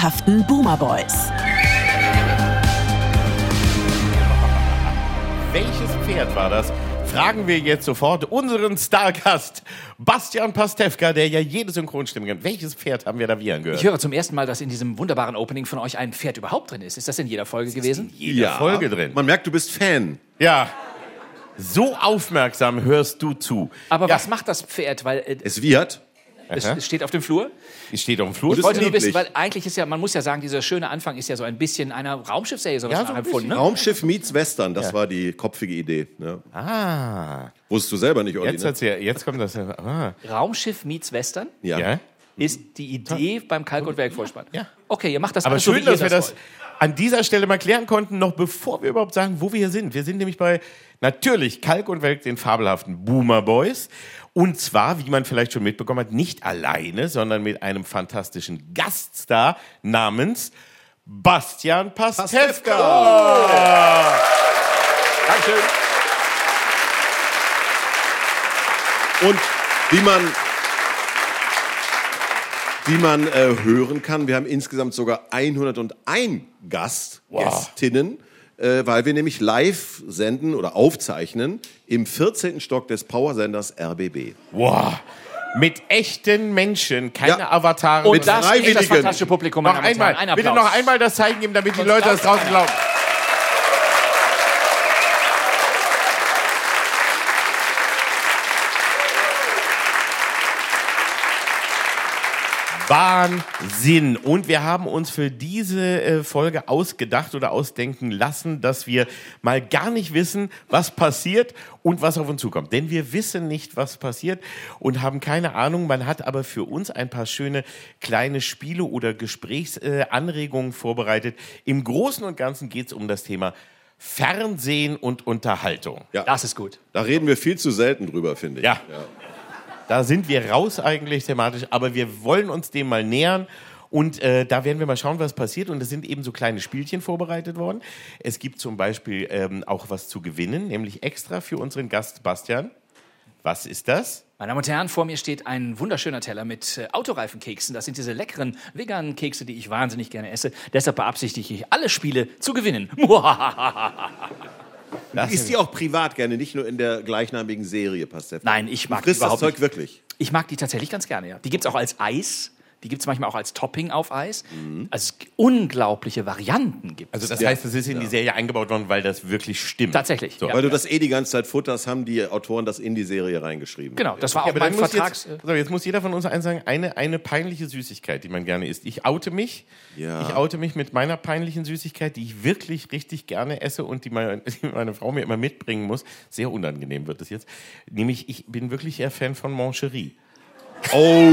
fabelhaften Boomer Boys. Welches Pferd war das? Fragen wir jetzt sofort unseren Stargast Bastian Pastewka, der ja jede Synchronstimme kennt. Welches Pferd haben wir da wiehern gehört? Ich höre zum ersten Mal, dass in diesem wunderbaren Opening von euch ein Pferd überhaupt drin ist. Ist das in jeder Folge gewesen? In jeder Folge drin. Man merkt, du bist Fan. Ja. So aufmerksam hörst du zu. Aber was macht das Pferd? Weil Es wiehert. es steht auf dem Flur. Es steht auf dem Flur. Und Ich wollte nur lieblich. wissen, weil eigentlich ist ja, man muss ja sagen, dieser schöne Anfang ist ja so ein bisschen einer Raumschiffserie sowas Ja, so ein nachempfunden. Ne? Raumschiff meets Western, das war die kopfige Idee. Ja. Ah. Wusstest du selber nicht, Olli? Jetzt kommt das. Ah. Raumschiff meets Western Ja. ist die Idee beim Kalk- und Werkvollspann. Ja. Okay, ihr macht das Aber alles so, schön, wie ihr dass wir das wollt. an dieser Stelle mal klären konnten, noch bevor wir überhaupt sagen, wo wir hier sind. Wir sind nämlich bei, natürlich, Kalk und Welk, den fabelhaften Boomer Boys. Und zwar, wie man vielleicht schon mitbekommen hat, nicht alleine, sondern mit einem fantastischen Gaststar namens Bastian Pastewka. Dankeschön. Und wie man hören kann, wir haben insgesamt sogar 101 Gästinnen, weil wir nämlich live senden oder aufzeichnen im 14. Stock des Powersenders RBB. Wow. Mit echten Menschen, keine Ja. Avatare. Und Mit das ist das Freiwilligen. fantastische Publikum. noch meine Damen und einmal, Herren. Ein bitte Applaus. noch einmal das Zeichen geben, damit die Sonst Leute das glaubt draußen glauben. Wahnsinn. Und wir haben uns für diese Folge ausgedacht oder ausdenken lassen, dass wir mal gar nicht wissen, was passiert und was auf uns zukommt. Denn wir wissen nicht, was passiert und haben keine Ahnung. Man hat aber für uns ein paar schöne kleine Spiele oder Gesprächsanregungen vorbereitet. Im Großen und Ganzen geht es um das Thema Fernsehen und Unterhaltung. Ja. Das ist gut. Da reden wir viel zu selten drüber, finde ich. Ja. Da sind wir raus eigentlich thematisch, aber wir wollen uns dem mal nähern und da werden wir mal schauen, was passiert. Und es sind eben so kleine Spielchen vorbereitet worden. Es gibt zum Beispiel auch was zu gewinnen, nämlich extra für unseren Gast Bastian. Was ist das? Meine Damen und Herren, vor mir steht ein wunderschöner Teller mit Autoreifenkeksen. Das sind diese leckeren veganen Kekse, die ich wahnsinnig gerne esse. Deshalb beabsichtige ich, alle Spiele zu gewinnen. Ist die auch privat gerne, nicht nur in der gleichnamigen Serie, Pastewka? Nein, ich mag die Frisst das überhaupt Zeug nicht. wirklich? Ich mag die tatsächlich ganz gerne, ja. Die gibt's auch als Eis. Die gibt's manchmal auch als Topping auf Eis. Also unglaubliche Varianten gibt es. Also das heißt, es ist in die Serie eingebaut worden, weil das wirklich stimmt. Tatsächlich, So. ja. Weil du das die ganze Zeit futterst, haben die Autoren das in die Serie reingeschrieben. Genau, das war Ja, auch aber mein dann muss Vertrags... jetzt muss jeder von uns eins sagen, eine peinliche Süßigkeit, die man gerne isst. Ich oute mich. Ja. Ich oute mich mit meiner peinlichen Süßigkeit, die ich wirklich richtig gerne esse und die meine Frau mir immer mitbringen muss. Sehr unangenehm wird das jetzt. Nämlich, ich bin wirklich eher Fan von Mancherie. Oh,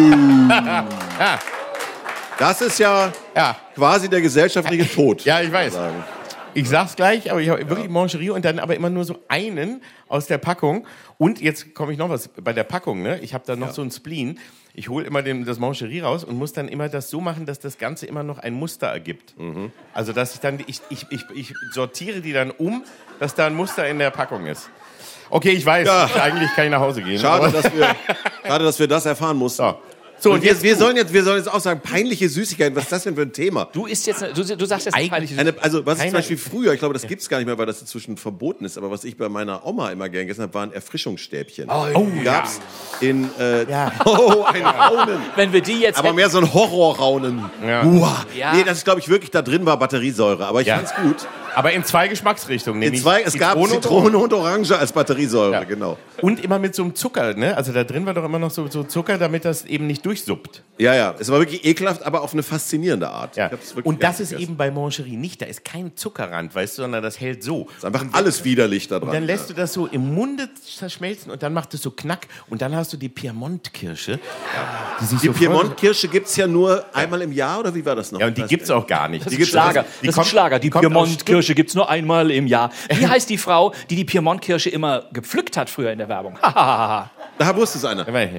Ja, das ist ja quasi der gesellschaftliche Tod. ja, ich weiß. sagen. Ich sag's gleich, aber ich habe wirklich Mancherie und dann aber immer nur so einen aus der Packung. Und jetzt komme ich noch was bei der Packung, ne? Ich habe da noch so einen Spleen. Ich hole immer das Mancherie raus und muss dann immer das so machen, dass das Ganze immer noch ein Muster ergibt. Also dass ich dann, ich sortiere die dann um, dass da ein Muster in der Packung ist. Okay, ich weiß, eigentlich kann ich nach Hause gehen. Schade, aber- dass wir das erfahren mussten. So, Und wir sollen jetzt auch sagen, peinliche Süßigkeiten, was ist das denn für ein Thema? Du sagst jetzt eine peinliche Was ist zum Keine- Beispiel früher, ich glaube, das gibt's gar nicht mehr, weil das inzwischen verboten ist, aber was ich bei meiner Oma immer gern gegessen habe, waren Erfrischungsstäbchen. Die gab's in, ein Raunen. Wenn wir die jetzt Aber mehr so ein Horrorraunen. Ja. Uah. Ja. Nee, das ist, glaube ich, wirklich, da drin war Batteriesäure, aber ich Ja. fand's gut. Aber in zwei Geschmacksrichtungen. Es gab Zitrone und Orange als Batteriesäure, genau. Und immer mit so einem Zucker, ne? Also da drin war doch immer noch so Zucker, damit das eben nicht durchsuppt. Ja, es war wirklich ekelhaft, aber auf eine faszinierende Art. Ja. Ich hab's wirklich Und gern das ist gegessen. eben bei Mancherie nicht. Da ist kein Zuckerrand, weißt du, sondern das hält so. Ist einfach alles widerlich da dran. Und dann lässt du das so im Munde verschmelzen und dann macht es so Knack und dann hast du die Piemont-Kirsche. Die, sich Die so voll- Piemont-Kirsche gibt's ja nur einmal im Jahr, oder wie war das noch? Ja, und die gibt's auch gar nicht. Das Die ist ein Schlager. die Das ist ein kommt- Schlager. Die kommt aus Piemont-Kirsche gibt's nur einmal im Jahr. Wie heißt die Frau, die Piemont-Kirsche immer gepflückt hat früher in der Werbung? Da wusste es einer. Stuttgart.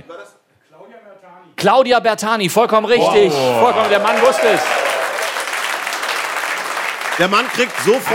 Claudia Bertani, vollkommen richtig. Vollkommen, der Mann wusste es. Der Mann kriegt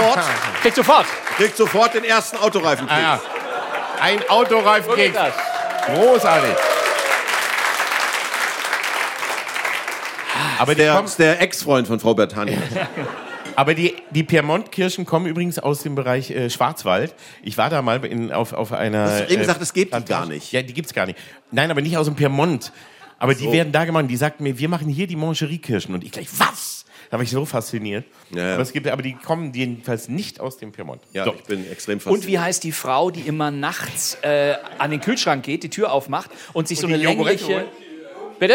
sofort den ersten Autoreifenkeks. Ah, ja. Ein So geht Autoreifenkeks. das. Großartig. Aber ist der Ex-Freund von Frau Bertani. Aber die Piemont-Kirschen kommen übrigens aus dem Bereich Schwarzwald. Ich war da mal auf einer... Du hast eben gesagt, es gibt die gar nicht. Ja, die gibt's gar nicht. Nein, aber nicht aus dem Piemont. Aber die werden da gemacht. Die sagten mir, wir machen hier die Mangerie-Kirschen. Und ich gleich, was? Da war ich so fasziniert. Ja. Aber die kommen jedenfalls nicht aus dem Piemont. Ja, so. Ich bin extrem fasziniert. Und wie heißt die Frau, die immer nachts an den Kühlschrank geht, die Tür aufmacht und sich so eine längliche... Bitte?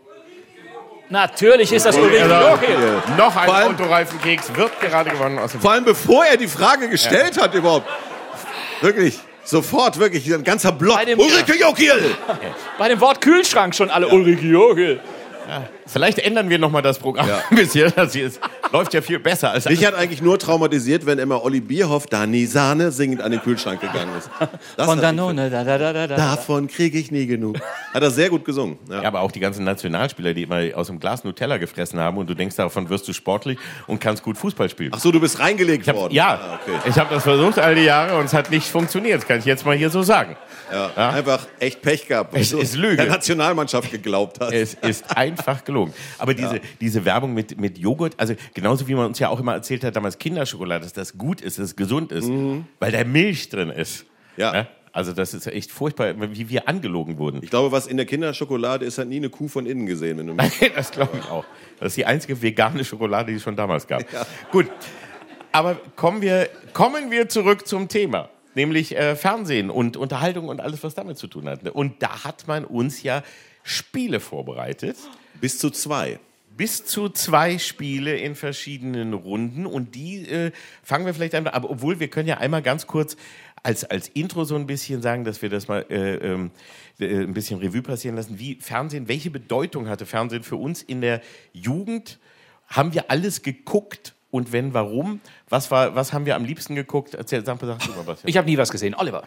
Natürlich ist das Ulrike Jochel. Noch ein Autoreifenkeks wird gerade gewonnen aus dem... Vor allem bevor er die Frage gestellt hat überhaupt. Wirklich, sofort, wirklich, ein ganzer Block. Ulrike Jochel! Bei dem Wort Kühlschrank schon alle Ulrike Jochel. Ja. Vielleicht ändern wir nochmal das Programm ein bisschen. Das läuft ja viel besser. Als mich hat eigentlich nur traumatisiert, wenn immer Olli Bierhoff, Dani Sahne, singend an den Kühlschrank gegangen ist. Von Danone, davon kriege ich nie genug. Hat er sehr gut gesungen. Ja, aber auch die ganzen Nationalspieler, die immer aus dem Glas Nutella gefressen haben und du denkst, davon wirst du sportlich und kannst gut Fußball spielen. Ach so, du bist reingelegt worden? Ja, okay. Ich habe das versucht all die Jahre und es hat nicht funktioniert. Das kann ich jetzt mal hier so sagen. Ja. Einfach echt Pech gehabt. Es ist Lüge. Der Nationalmannschaft geglaubt hat. Es ist einfach gelogen. Aber diese Werbung mit Joghurt, also genauso wie man uns ja auch immer erzählt hat, damals Kinderschokolade, dass das gut ist, dass es gesund ist, weil da Milch drin ist. Ja. Also das ist echt furchtbar, wie wir angelogen wurden. Ich glaube, was in der Kinderschokolade ist, hat nie eine Kuh von innen gesehen. Wenn du Nein, das glaube ich auch. Das ist die einzige vegane Schokolade, die es schon damals gab. Ja. Gut, aber kommen wir zurück zum Thema. Nämlich Fernsehen und Unterhaltung und alles, was damit zu tun hat. Und da hat man uns ja Spiele vorbereitet. Bis zu 2. Bis zu 2 Spiele in verschiedenen Runden. Und die fangen wir vielleicht an. Aber obwohl, wir können ja einmal ganz kurz als Intro so ein bisschen sagen, dass wir das mal ein bisschen Revue passieren lassen. Welche Bedeutung hatte Fernsehen für uns in der Jugend? Haben wir alles geguckt? Und wenn, warum? Was haben wir am liebsten geguckt? Erzähl, sag mal was. Ich habe nie was gesehen. Oliver.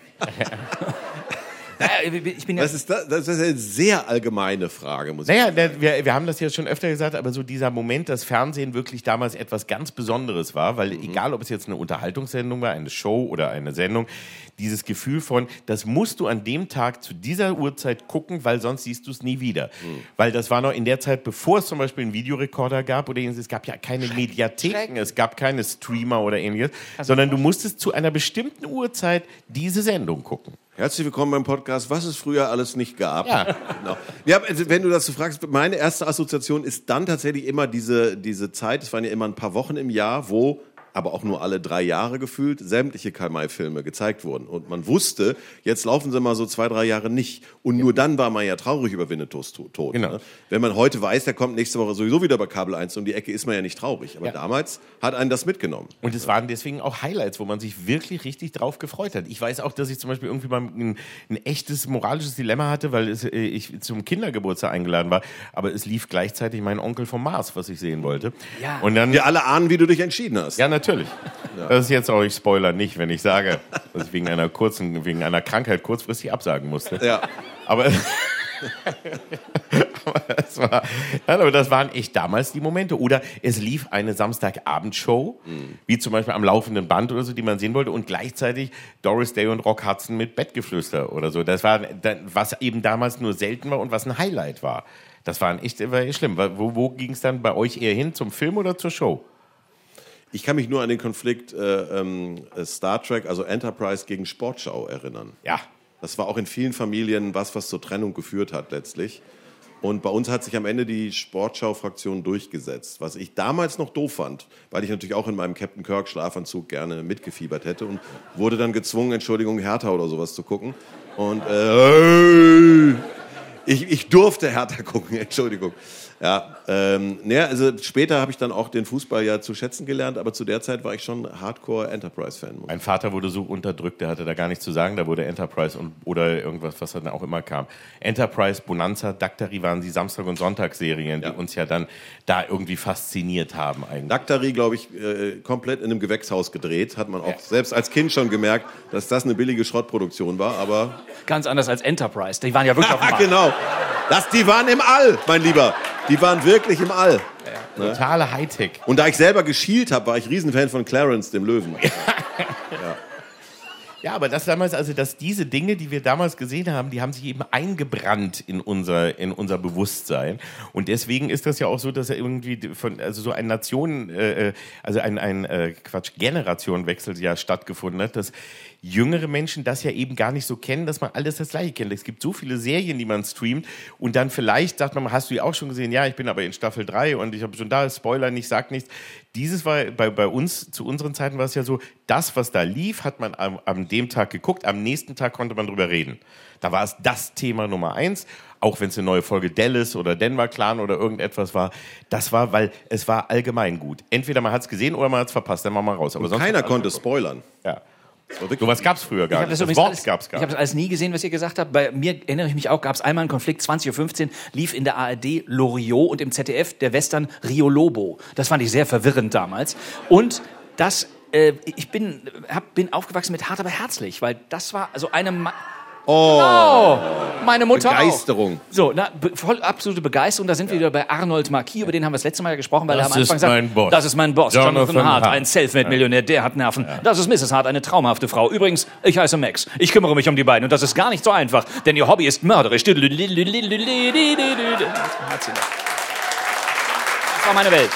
Das ist eine sehr allgemeine Frage, muss ich sagen. Wir haben das ja schon öfter gesagt, aber so dieser Moment, dass Fernsehen wirklich damals etwas ganz Besonderes war, weil egal, ob es jetzt eine Unterhaltungssendung war, eine Show oder eine Sendung, dieses Gefühl von, das musst du an dem Tag zu dieser Uhrzeit gucken, weil sonst siehst du es nie wieder. Weil das war noch in der Zeit, bevor es zum Beispiel einen Videorekorder gab oder ähnliches, es gab ja keine Mediatheken, es gab keine Streamer oder ähnliches, sondern du musstest zu einer bestimmten Uhrzeit diese Sendung gucken. Herzlich willkommen beim Podcast, was es früher alles nicht gab. Ja. Genau. Ja, also wenn du das so fragst, meine erste Assoziation ist dann tatsächlich immer diese Zeit, es waren ja immer ein paar Wochen im Jahr, wo aber auch nur alle 3 Jahre gefühlt, sämtliche Karl-May-Filme gezeigt wurden. Und man wusste, jetzt laufen sie mal so 2, 3 Jahre nicht. Und nur dann war man ja traurig über Winnetous Tod. Genau. Ne? Wenn man heute weiß, der kommt nächste Woche sowieso wieder bei Kabel 1 um die Ecke, ist man ja nicht traurig. Aber damals hat einen das mitgenommen. Und es waren deswegen auch Highlights, wo man sich wirklich richtig drauf gefreut hat. Ich weiß auch, dass ich zum Beispiel irgendwie mal ein echtes moralisches Dilemma hatte, weil ich zum Kindergeburtstag eingeladen war. Aber es lief gleichzeitig mein Onkel vom Mars, was ich sehen wollte. Ja. Und dann, wir alle ahnen, wie du dich entschieden hast. Ja, natürlich. Ja. Das ist jetzt auch, ich spoiler nicht, wenn ich sage, dass ich wegen einer Krankheit kurzfristig absagen musste. Ja. Aber das waren echt damals die Momente. Oder es lief eine Samstagabendshow, wie zum Beispiel am laufenden Band oder so, die man sehen wollte. Und gleichzeitig Doris Day und Rock Hudson mit Bettgeflüster oder so. Das war, was eben damals nur selten war und was ein Highlight war. Das war echt schlimm. Wo ging es dann bei euch eher hin? Zum Film oder zur Show? Ich kann mich nur an den Konflikt Star Trek, also Enterprise gegen Sportschau erinnern. Ja. Das war auch in vielen Familien was zur Trennung geführt hat letztlich. Und bei uns hat sich am Ende die Sportschau-Fraktion durchgesetzt, was ich damals noch doof fand, weil ich natürlich auch in meinem Captain Kirk Schlafanzug gerne mitgefiebert hätte und wurde dann gezwungen, Entschuldigung, Hertha oder sowas zu gucken. Und ich durfte Hertha gucken, Entschuldigung. Ja, also später habe ich dann auch den Fußball ja zu schätzen gelernt, aber zu der Zeit war ich schon Hardcore-Enterprise-Fan. Mein Vater wurde so unterdrückt, der hatte da gar nichts zu sagen, da wurde Enterprise oder irgendwas, was dann auch immer kam. Enterprise, Bonanza, Daktari waren die Samstag- und Sonntagsserien, die uns ja dann da irgendwie fasziniert haben eigentlich. Daktari, glaube ich, komplett in einem Gewächshaus gedreht, hat man auch selbst als Kind schon gemerkt, dass das eine billige Schrottproduktion war, aber... Ganz anders als Enterprise, die waren ja wirklich auf dem Markt. Genau, die waren im All, mein Lieber. Die waren wirklich im All. Ja. Totale Hightech. Und da ich selber geschielt habe, war ich Riesenfan von Clarence, dem Löwen. Ja, aber das damals, also dass diese Dinge, die wir damals gesehen haben, die haben sich eben eingebrannt in unser Bewusstsein. Und deswegen ist das ja auch so, dass er irgendwie so ein Generationenwechsel ja stattgefunden hat, dass jüngere Menschen das ja eben gar nicht so kennen, dass man alles das Gleiche kennt. Es gibt so viele Serien, die man streamt und dann vielleicht sagt man, hast du die auch schon gesehen? Ja, ich bin aber in Staffel 3 und ich habe schon da, Spoiler nicht, sag nichts. Dieses war bei uns, zu unseren Zeiten war es ja so, das, was da lief, hat man am dem Tag geguckt, am nächsten Tag konnte man drüber reden. Da war es das Thema Nummer 1, auch wenn es eine neue Folge Dallas oder Denver Clan oder irgendetwas war. Das war, weil es war allgemein gut. Entweder man hat es gesehen oder man hat es verpasst, dann war man raus. Aber sonst keiner konnte spoilern. Ja. So was gab es früher gar nicht. Das Wort gab es gar nicht. Ich habe das alles nie gesehen, was ihr gesagt habt. Bei mir erinnere ich mich auch, gab es einmal einen Konflikt, 20.15 Uhr, lief in der ARD Loriot und im ZDF der Western Rio Lobo. Das fand ich sehr verwirrend damals. Und ich bin aufgewachsen mit Hart aber herzlich, weil das war also meine Mutter Begeisterung. auch. So, voll absolute Begeisterung. Da sind wir wieder bei Arnold Marquis, über den haben wir das letzte Mal ja gesprochen, weil er am Anfang sagt, das ist mein Boss, Jonathan Hart, ein Selfmade-Millionär, der hat Nerven. Ja. Das ist Mrs. Hart, eine traumhafte Frau. Übrigens, ich heiße Max. Ich kümmere mich um die beiden und das ist gar nicht so einfach, denn ihr Hobby ist mörderisch. Das war meine Welt.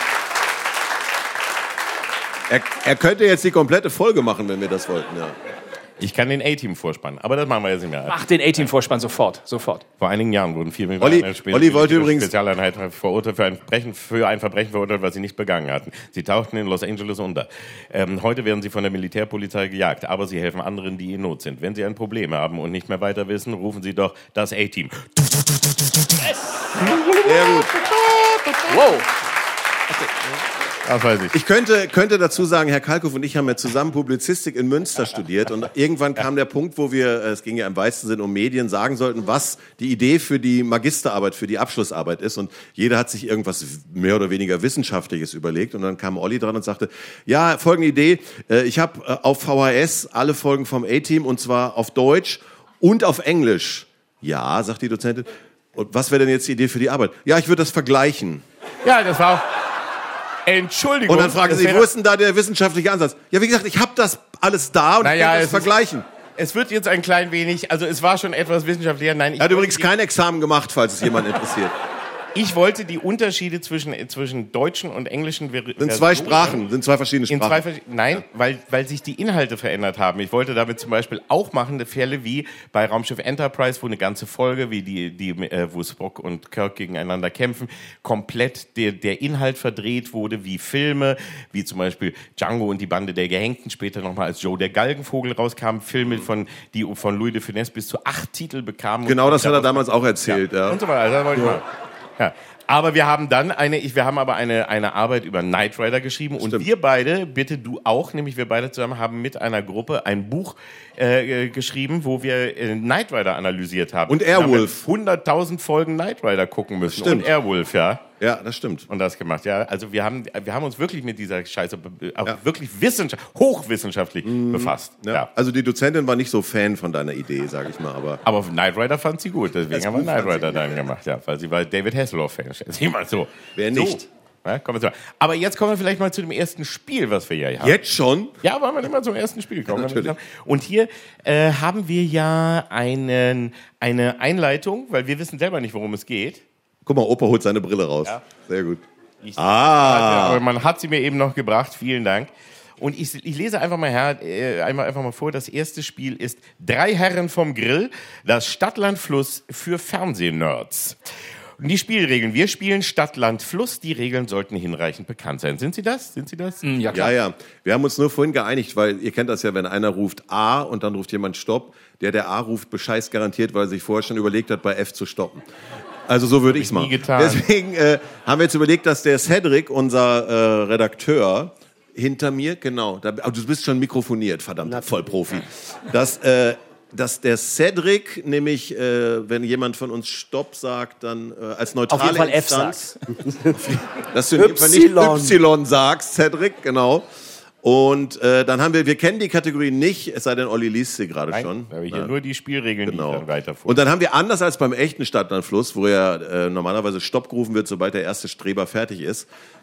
Er könnte jetzt die komplette Folge machen, wenn wir das wollten, ja. Ich kann den A-Team vorspannen, aber das machen wir jetzt nicht mehr. Mach den A-Team-Vorspann sofort. Vor einigen Jahren wurden 4 Olli wollte übrigens Spezialeinheit verurteilt für ein Verbrechen verurteilt, was sie nicht begangen hatten. Sie tauchten in Los Angeles unter. Heute werden sie von der Militärpolizei gejagt, aber sie helfen anderen, die in Not sind. Wenn sie ein Problem haben und nicht mehr weiter wissen, rufen sie doch das A-Team. Sehr gut. Wow. Okay. Das weiß ich. Ich könnte dazu sagen, Herr Kalkow und ich haben ja zusammen Publizistik in Münster studiert und irgendwann kam der Punkt, wo wir, es ging ja im weitesten Sinn um Medien, sagen sollten, was die Idee für die Magisterarbeit, für die Abschlussarbeit ist und jeder hat sich irgendwas mehr oder weniger Wissenschaftliches überlegt und dann kam Olli dran und sagte, ja, folgende Idee, ich habe auf VHS alle Folgen vom A-Team und zwar auf Deutsch und auf Englisch. Ja, sagt die Dozentin. Und was wäre denn jetzt die Idee für die Arbeit? Ja, ich würde das vergleichen. Ja, das war auch... Entschuldigung. Und dann fragen Sie, wo ist denn da der wissenschaftliche Ansatz? Ja, wie gesagt, ich habe das alles da und ich kann das vergleichen. Es wird jetzt ein klein wenig, also es war schon etwas wissenschaftlicher. Nein, er hat übrigens kein Examen gemacht, falls es jemand interessiert. Ich wollte die Unterschiede zwischen deutschen und englischen sind zwei Sprachen, sind zwei verschiedene Sprachen. Nein, weil sich die Inhalte verändert haben. Ich wollte damit zum Beispiel auch machen, Fälle wie bei Raumschiff Enterprise, wo eine ganze Folge, wie wo Spock und Kirk gegeneinander kämpfen, komplett der Inhalt verdreht wurde, wie Filme, wie zum Beispiel Django und die Bande der Gehängten, später nochmal als Joe der Galgenvogel rauskam, Filme die von Louis de Funès bis zu 8 Titel bekamen. Genau, das hat er damals auch erzählt. Ja. Und so weiter. Das wollte ich mal. Ja. Aber wir haben dann eine Arbeit über Knight Rider geschrieben. Stimmt. Und wir beide, bitte du auch, nämlich wir beide zusammen haben mit einer Gruppe ein Buch geschrieben, wo wir Knight Rider analysiert haben. Und Airwolf. 100.000 Folgen Knight Rider gucken müssen. Stimmt. Und Airwolf, ja. Ja, das stimmt. Und das gemacht, ja. Also wir haben uns wirklich mit dieser Scheiße wirklich hochwissenschaftlich befasst. Ja. Ja. Also die Dozentin war nicht so Fan von deiner Idee, sage ich mal. Aber Knight Rider fand sie gut, deswegen haben wir Knight Rider dann gemacht, ja, weil sie war David Hasselhoff-Fan. Sieh mal so. Wer nicht? So. Ja, aber jetzt kommen wir vielleicht mal zu dem ersten Spiel, was wir hier haben. Jetzt schon? Ja, wollen wir nicht mal zum ersten Spiel kommen. Ja, natürlich. Und hier haben wir ja eine Einleitung, weil wir wissen selber nicht, worum es geht. Guck mal, Opa holt seine Brille raus. Ja. Sehr gut. Aber man hat sie mir eben noch gebracht. Vielen Dank. Und ich lese einfach mal einfach mal vor. Das erste Spiel ist 3 Herren vom Grill, das Stadt-Land-Fluss für Fernsehnerds. Und die Spielregeln. Wir spielen Stadt, Land, Fluss. Die Regeln sollten hinreichend bekannt sein. Sind sie das? Ja, klar. Ja. Wir haben uns nur vorhin geeinigt, weil ihr kennt das ja, wenn einer ruft A und dann ruft jemand Stopp. Der A ruft, bescheißt garantiert, weil er sich vorher schon überlegt hat, bei F zu stoppen. Also so würde ich es machen. Deswegen haben wir jetzt überlegt, dass der Cedric, unser Redakteur, hinter mir, genau, aber du bist schon mikrofoniert, verdammt, Vollprofi, dass der Cedric, nämlich, wenn jemand von uns Stopp sagt, dann als neutrale auf jeden Fall Instanz, F sagt. dass du in jedem Fall nicht Y sagst, Cedric, genau. Und dann haben wir kennen die Kategorie nicht, es sei denn, Olli liest sie gerade schon. Da habe ich hier nur die Spielregeln, genau. Die ich dann weiter vor. Und dann haben wir anders als beim echten Stadt-Land-Fluss, wo ja normalerweise Stopp gerufen wird, sobald der erste Streber fertig ist,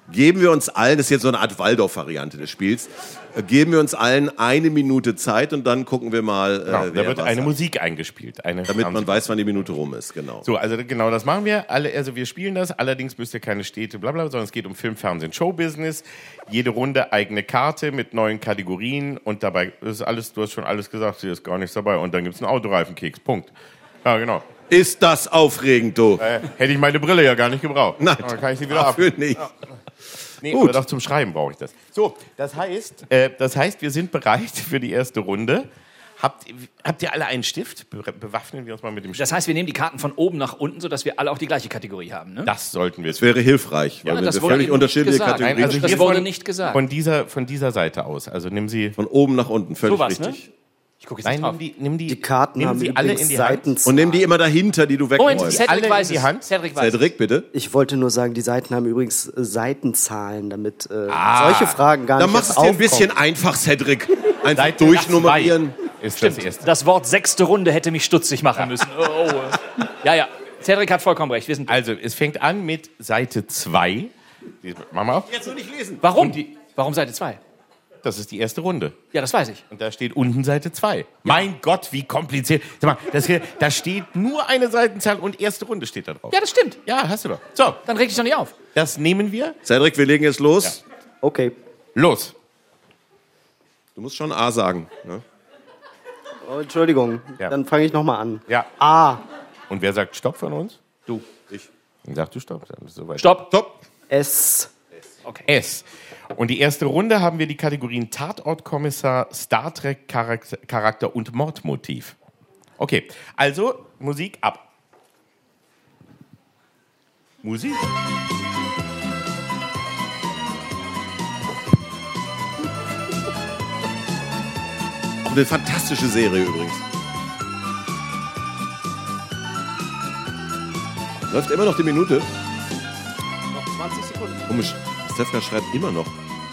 geben wir uns allen, das ist jetzt so eine Art Waldorf-Variante des Spiels, geben wir uns allen 1 Minute Zeit und dann gucken wir mal, Genau, da wird eine Musik eingespielt. Damit man weiß, wann die Minute rum ist, genau. So, also genau das machen wir. Also wir spielen das, allerdings müsst ihr keine Städte, blablabla, sondern es geht um Film, Fernsehen, Showbusiness. Jede Runde eigene Karte mit neuen Kategorien und dabei ist alles, du hast schon alles gesagt, hier ist gar nichts dabei. Und dann gibt es einen Autoreifenkeks, Punkt. Ja, genau. Ist das aufregend, du? Hätte ich meine Brille ja gar nicht gebraucht. Nein, dann kann ich sie wieder dafür nicht. Ja. Nee, aber doch zum Schreiben brauche ich das. So, das heißt, wir sind bereit für die erste Runde. Habt ihr alle einen Stift? Bewaffnen wir uns mal mit dem Stift. Das heißt, wir nehmen die Karten von oben nach unten, sodass wir alle auch die gleiche Kategorie haben. Ne? Das sollten wir. Das wäre hilfreich, weil das wir wurde völlig eben unterschiedliche nicht gesagt. Kategorien Nein, also Das hier wurde nicht gesagt. Von dieser Seite aus. Also nimm sie. von oben nach unten, völlig Sowas, ne? richtig. Ich gucke jetzt Nein, nicht drauf. nimm die. Die Karten nimm haben sie alle übrigens in die Hand. Seitenzahlen. Und nimm die immer dahinter, die du Moment, wegräumst. alle Cedric in weiß die es. Hand. Cedric weiß es. Cedric, bitte. Ich wollte nur sagen, die Seiten haben übrigens Seitenzahlen, damit solche Fragen gar Dann nicht machst erst du es dir ein aufkommen. bisschen einfach, Cedric. Einfach Seite durchnummerieren. Ist das erste. Das Wort 6. Runde hätte mich stutzig machen müssen. Oh. Ja. Cedric hat vollkommen recht. Wir sind Also, es fängt an mit Seite 2. Machen wir auf. Jetzt noch nicht lesen. Warum? Warum Seite 2? Das ist die erste Runde. Ja, das weiß ich. Und da steht unten Seite 2. Mein Gott, wie kompliziert. Sag mal, da steht nur eine Seitenzahl und erste Runde steht da drauf. Ja, das stimmt. Ja, hast du doch. So, Dann reg dich doch nicht auf. das nehmen wir. Cedric, wir legen jetzt los. Okay. Los. Du musst schon A sagen. Ne? Oh, Entschuldigung, Ja. dann fange ich nochmal an. Ja. A, Und wer sagt Stopp von uns? Du. Ich. Dann sagst du Stopp. Dann ist soweit. Stopp. Stopp. S, S. Und die erste Runde haben wir die Kategorien Tatortkommissar, Star Trek Charakter und Mordmotiv. Okay, also Musik ab. Musik. Eine fantastische Serie übrigens. Läuft immer noch die Minute. Noch 20 Sekunden. Komisch. Stefka schreibt immer noch.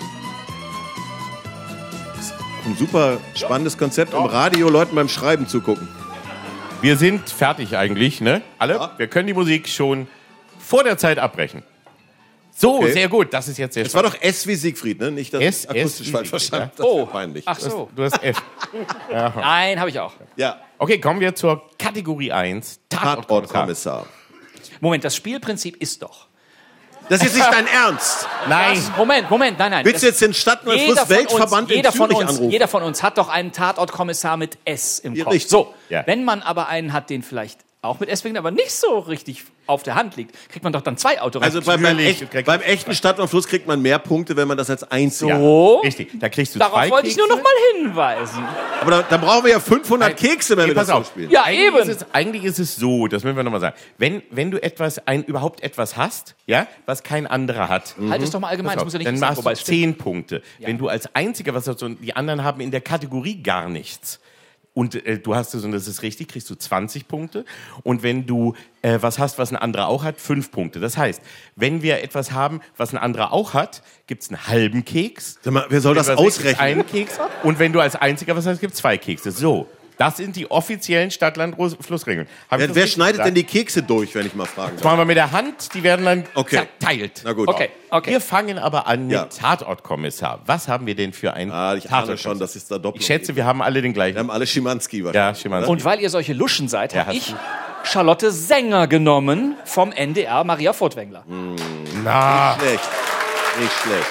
Das ist ein super spannendes Konzept, im Radio Leuten beim Schreiben zugucken. Wir sind fertig eigentlich, ne? Alle? Ja. Wir können die Musik schon vor der Zeit abbrechen. So, Okay. sehr gut. Das ist jetzt sehr Es war doch S wie Siegfried, ne? Nicht, dass S, ich akustisch S wie falsch Siegfried, verstanden. ja. Das wäre Oh. peinlich. Ach so. Du hast F. Nein, habe ich auch. Ja, Okay, kommen wir zur Kategorie 1. Tatortkommissar. Moment, das Spielprinzip ist doch. Das ist nicht dein Ernst. Nein. Moment, nein. Willst du jetzt den Stadt- und Fluss-Weltverband in Zürich anrufen? Jeder von uns hat doch einen Tatortkommissar mit S im Ja, Kopf. richtig. So, Ja. wenn man aber einen hat, den vielleicht auch mit S, aber nicht so richtig auf der Hand liegt, kriegt man doch dann 2 Autos. Also beim Natürlich. beim echten Stadt und Fluss kriegt man mehr Punkte, wenn man das als Einzel. So. Richtig. Da kriegst du Darauf 2 wollte ich nur Kekse. noch mal hinweisen. Aber dann brauchen wir ja 500 Kekse, wenn wir pass das so auf. spielen. Ja, Eigentlich eben. eigentlich ist es so, das müssen wir nochmal sagen. Wenn du überhaupt etwas hast, ja, was kein anderer hat, Halt es doch mal allgemein, das muss ja nicht dann sein, machst wobei du es stimmt. 10 Punkte. Wenn du als Einziger was hast und die anderen haben in der Kategorie gar nichts und du hast es und das ist richtig, kriegst du 20 Punkte. Und wenn du was hast, was ein anderer auch hat, 5 Punkte. Das heißt, wenn wir etwas haben, was ein anderer auch hat, gibt es einen halben Keks. Sag mal, wer soll das Wenn du was hast, ausrechnen? einen Keks. Und wenn du als Einziger was hast, gibt es 2 Kekse. So. Das sind die offiziellen Stadt-Land-Flussregeln. Wer schneidet denn die Kekse durch, wenn ich mal fragen Das darf? machen wir mit der Hand, die werden dann Okay. zerteilt. Na gut. Okay. Wir fangen aber an mit Ja. Tatortkommissar. Was haben wir denn für einen Ich ahne Tatortkommissar? schon, dass es da doppelt Ich schätze, wir haben alle den Wir gleichen. haben alle Schimanski Ja, wahrscheinlich. Schimanski. Und weil ihr solche Luschen seid, Ja, habe hast ich Charlotte Sänger genommen vom NDR Maria Furtwängler. Na, Schlecht. Nicht schlecht.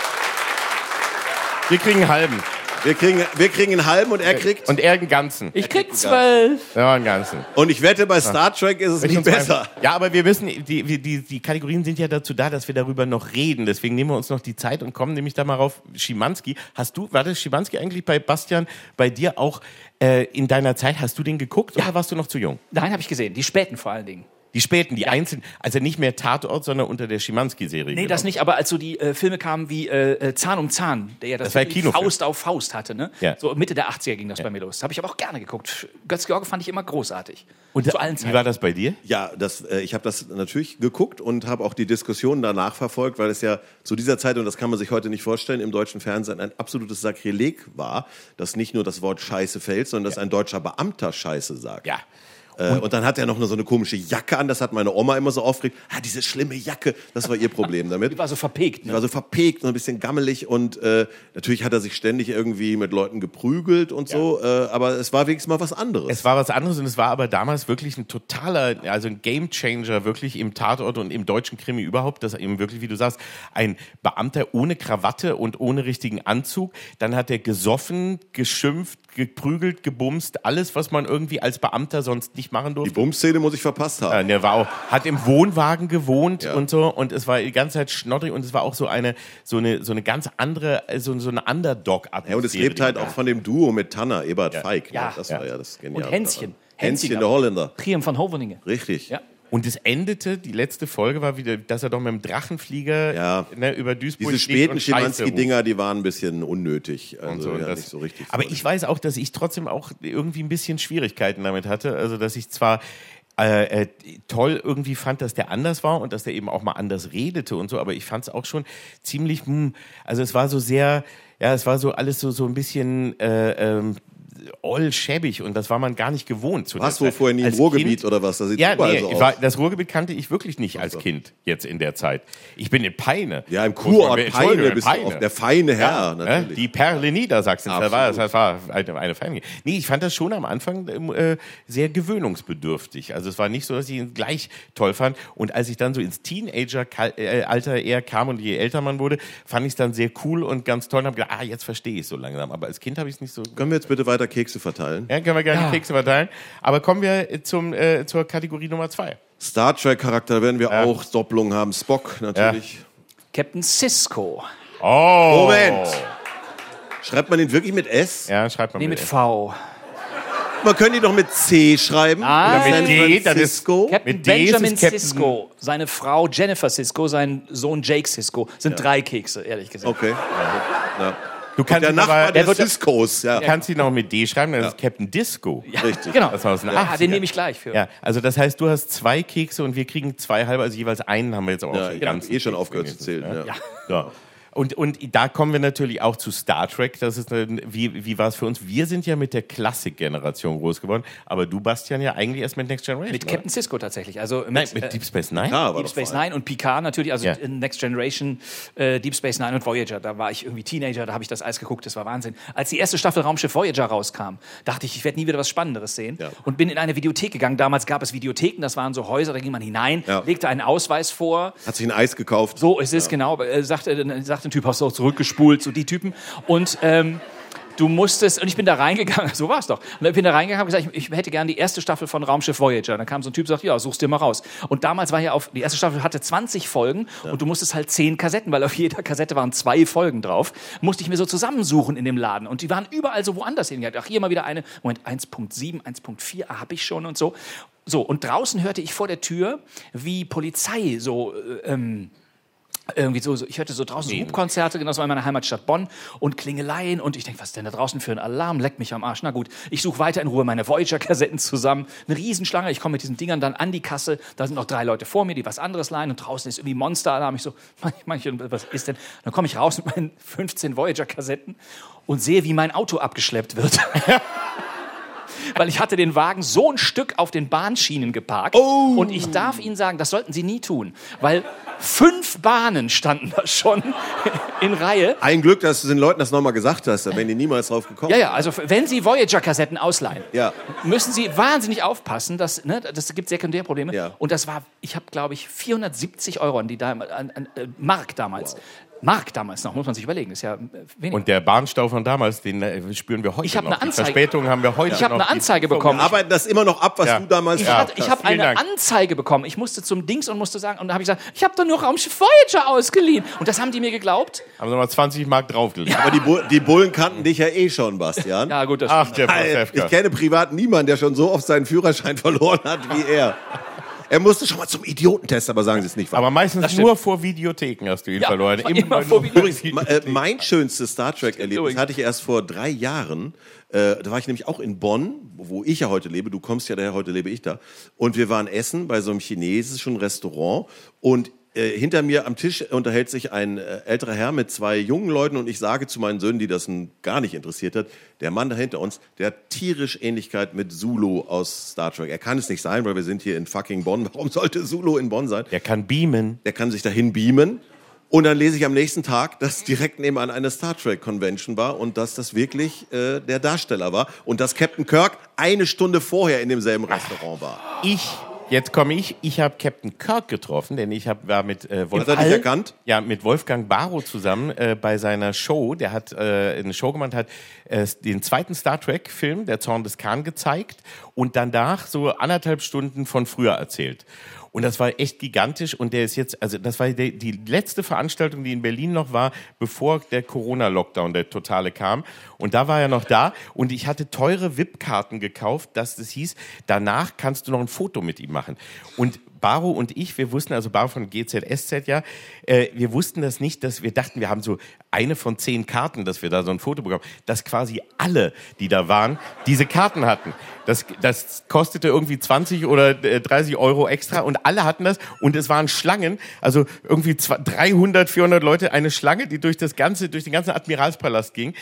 wir kriegen einen halben. Wir kriegen einen halben und er kriegt. Und er einen ganzen. Ich krieg 12. Ja, einen ganzen. Und ich wette, bei Star Trek ist es nicht besser. Ja, aber wir wissen, die Kategorien sind ja dazu da, dass wir darüber noch reden. Deswegen nehmen wir uns noch die Zeit und kommen nämlich da mal rauf. Schimanski, war das Schimanski eigentlich bei Bastian, bei dir auch in deiner Zeit? Hast du den geguckt oder warst du noch zu jung? Nein, habe ich gesehen. Die späten vor allen Dingen. Die späten, die einzelnen, also nicht mehr Tatort, sondern unter der Schimanski-Serie. Nee, das nicht, aber als so die Filme kamen wie Zahn um Zahn, der ja das war ja wirklich Kinofilm. Faust auf Faust hatte, ne? Ja. So Mitte der 80er ging das bei mir los. Habe ich aber auch gerne geguckt. Götz-George fand ich immer großartig. Und zu allen wie Zeiten. war das bei dir? Ja, ich habe das natürlich geguckt und habe auch die Diskussionen danach verfolgt, weil es ja zu dieser Zeit, und das kann man sich heute nicht vorstellen, im deutschen Fernsehen ein absolutes Sakrileg war, dass nicht nur das Wort Scheiße fällt, sondern dass ein deutscher Beamter Scheiße sagt. Ja. Und dann hat er noch so eine komische Jacke an, das hat meine Oma immer so aufgeregt. Diese schlimme Jacke, das war ihr Problem damit. Die war so verpegt. Die war so verpegt und ein bisschen gammelig und natürlich hat er sich ständig irgendwie mit Leuten geprügelt und so, aber es war wenigstens mal was anderes. Es war was anderes und es war aber damals wirklich ein totaler, also ein Gamechanger wirklich im Tatort und im deutschen Krimi überhaupt, dass eben wirklich, wie du sagst, ein Beamter ohne Krawatte und ohne richtigen Anzug, dann hat er gesoffen, geschimpft, geprügelt, gebumst, alles, was man irgendwie als Beamter sonst nicht machen durfte. Die Bumszene muss ich verpasst haben. Der war auch, hat im Wohnwagen gewohnt und so und es war die ganze Zeit schnoddrig und es war auch so eine ganz andere, so eine Underdog-Atmosphäre. Ja, und es lebt halt auch von dem Duo mit Tanner, Ebert Feig. Ja. Das war ja das Geniale. Und Hänschen. Hänschen, der Holländer. Priam van Hoveningen. Richtig. Ja. Und es endete, die letzte Folge war wieder, dass er doch mit dem Drachenflieger über Duisburg Diese fliegt späten und Scheiße Schimanski-Dinger, die waren ein bisschen unnötig. Also und so, nicht so richtig. Aber ich weiß auch, dass ich trotzdem auch irgendwie ein bisschen Schwierigkeiten damit hatte. Also, dass ich zwar toll irgendwie fand, dass der anders war und dass der eben auch mal anders redete und so, aber ich fand es auch schon ziemlich, also es war so sehr, es war so alles so ein bisschen all schäbig und das war man gar nicht gewohnt. Warst du vorher nie im Ruhrgebiet oder was? Das sieht überall so aus. Das Ruhrgebiet kannte ich wirklich nicht als Kind jetzt in der Zeit. Ich bin in Peine. Ja, im Kurort Peine bist du der feine Herr, natürlich. Die Perle Niedersachsens, das war eine feine. Nee, ich fand das schon am Anfang sehr gewöhnungsbedürftig. Also es war nicht so, dass ich ihn gleich toll fand. Und als ich dann so ins Teenager-Alter eher kam und je älter man wurde, fand ich es dann sehr cool und ganz toll und habe gedacht, jetzt verstehe ich es so langsam. Aber als Kind habe ich es nicht so... Können wir jetzt bitte weiter Kekse verteilen? Ja, können wir gerne Kekse verteilen. Aber kommen wir zur Kategorie Nummer 2. Star Trek-Charakter, da werden wir auch Doppelungen haben. Spock natürlich. Captain Sisko. Oh! Moment! Schreibt man den wirklich mit S? Ja, schreibt man mit V. Man könnte ihn doch mit C schreiben. Oder mit D, das ist Sisko. Captain Mit D ist Benjamin es Captain- Sisko, seine Frau Jennifer Sisko, sein Sohn Jake Sisko. Sind 3 Kekse, ehrlich gesagt. Okay. Ja. Du kannst Der ihn Nachbar aber, der Siskos. Ja. kannst ihn auch mit D schreiben, das ist Captain Disco. Richtig. Genau. Das war aus den Ja, 80ern. den nehme ich gleich für. Ja, also das heißt, du hast 2 Kekse und wir kriegen 2 halbe, also jeweils einen haben wir jetzt auch Ja, schon ich habe ganz. schon aufgehört zu zählen. Ja. Ja. Und da kommen wir natürlich auch zu Star Trek. Das ist wie war es für uns? Wir sind ja mit der Klassik-Generation groß geworden, aber du, Bastian, ja eigentlich erst mit Next Generation. Mit Captain Sisko tatsächlich. Also Nein, mit Deep Space Nine? Ja, war Deep doch Space fein. Nine und Picard natürlich, also Ja. Next Generation, Deep Space Nine und Voyager. Da war ich irgendwie Teenager, da habe ich das alles geguckt, das war Wahnsinn. Als die erste Staffel Raumschiff Voyager rauskam, dachte ich werde nie wieder was Spannenderes sehen und bin in eine Videothek gegangen. Damals gab es Videotheken, das waren so Häuser, da ging man hinein, legte einen Ausweis vor. Hat sich ein Eis gekauft. So ist es, genau. Sagte ein Typ, hast du auch zurückgespult, so die Typen. Und du musstest, und ich bin da reingegangen, so war es doch. Und ich bin da reingegangen und gesagt, ich hätte gerne die erste Staffel von Raumschiff Voyager. Und dann kam so ein Typ und sagte, ja, such's dir mal raus. Und damals war ja die erste Staffel hatte 20 Folgen und du musstest halt 10 Kassetten, weil auf jeder Kassette waren 2 Folgen drauf. Musste ich mir so zusammensuchen in dem Laden. Und die waren überall so woanders hin. Ach, hier mal wieder eine, Moment, 1.7, 1.4, habe ich schon und so. So, und draußen hörte ich vor der Tür, wie Polizei so, irgendwie so, ich hörte so draußen Hubkonzerte, genau, das war in meiner Heimatstadt Bonn und Klingeleien und ich denke, was ist denn da draußen für ein Alarm? Leckt mich am Arsch. Na gut, ich suche weiter in Ruhe meine Voyager-Kassetten zusammen. Eine Riesenschlange, ich komme mit diesen Dingern dann an die Kasse, da sind noch 3 Leute vor mir, die was anderes leihen und draußen ist irgendwie Monster-Alarm. Ich so, was ist denn? Dann komme ich raus mit meinen 15 Voyager-Kassetten und sehe, wie mein Auto abgeschleppt wird. Weil ich hatte den Wagen so ein Stück auf den Bahnschienen geparkt. Oh. Und ich darf Ihnen sagen, das sollten Sie nie tun. Weil 5 Bahnen standen da schon in Reihe. Ein Glück, dass du den Leuten das nochmal gesagt hast, da wären die niemals drauf gekommen. Ja, also wenn Sie Voyager-Kassetten ausleihen, Ja. müssen Sie wahnsinnig aufpassen, das gibt Sekundärprobleme. Ja. Und das war, ich habe glaube ich 470 € Mark damals. Mark damals noch, muss man sich überlegen, ist ja wenig. Und der Bahnstau von damals, den spüren wir heute Ich hab noch. eine Anzeige- Die Verspätung haben wir heute Ich habe noch. eine Anzeige bekommen. Wir arbeiten das immer noch ab, was Ja. du damals Ich gesagt habe hast. eine Dank. Anzeige bekommen. Ich musste zum Dings und musste sagen, und da habe ich gesagt, ich habe doch nur Raumschiff Voyager ausgeliehen. Und das haben die mir geglaubt. Haben sie mal 20 Mark draufgelegt. Aber die Bullen kannten dich ja eh schon, Bastian. Ja, gut, das Ach, der Ich Pastewka. kenne privat niemanden, der schon so oft seinen Führerschein verloren hat wie er. Er musste schon mal zum Idiotentest, aber sagen Sie es nicht. Aber meistens nur vor Videotheken hast du ihn verloren. immer vor Videotheken. Mein schönstes Star Trek-Erlebnis hatte ich erst vor 3 Jahren. Da war ich nämlich auch in Bonn, wo ich ja heute lebe. Du kommst ja daher, heute lebe ich da. Und wir waren essen bei so einem chinesischen Restaurant. Und hinter mir am Tisch unterhält sich ein älterer Herr mit 2 jungen Leuten und ich sage zu meinen Söhnen, die das gar nicht interessiert hat, der Mann da hinter uns, der hat tierisch Ähnlichkeit mit Sulu aus Star Trek. Er kann es nicht sein, weil wir sind hier in fucking Bonn. Warum sollte Sulu in Bonn sein? Der kann beamen. Der kann sich dahin beamen. Und dann lese ich am nächsten Tag, dass direkt nebenan eine Star Trek Convention war und dass das wirklich der Darsteller war und dass Captain Kirk 1 Stunde vorher in demselben Restaurant war. Jetzt komme ich. Ich habe Captain Kirk getroffen, denn war mit Hat er dich erkannt? Ja, mit Wolfgang Barrow zusammen bei seiner Show. Der hat eine Show gemacht, hat den 2. Star Trek-Film, Der Zorn des Khan, gezeigt und danach so 1,5 Stunden von früher erzählt. Und das war echt gigantisch und der ist jetzt, also das war die letzte Veranstaltung, die in Berlin noch war, bevor der Corona-Lockdown, der totale, kam. Und da war er noch da und ich hatte teure VIP-Karten gekauft, dass das hieß, danach kannst du noch ein Foto mit ihm machen. Und Barrow und ich, wir wussten, also Barrow von GZSZ, ja, wir wussten das nicht, dass wir dachten, wir haben so eine von 10 Karten, dass wir da so ein Foto bekommen, dass quasi alle, die da waren, diese Karten hatten. Das kostete irgendwie 20 oder 30 Euro extra und alle hatten das und es waren Schlangen, also irgendwie 300, 400 Leute, eine Schlange, die durch den ganzen Admiralspalast ging,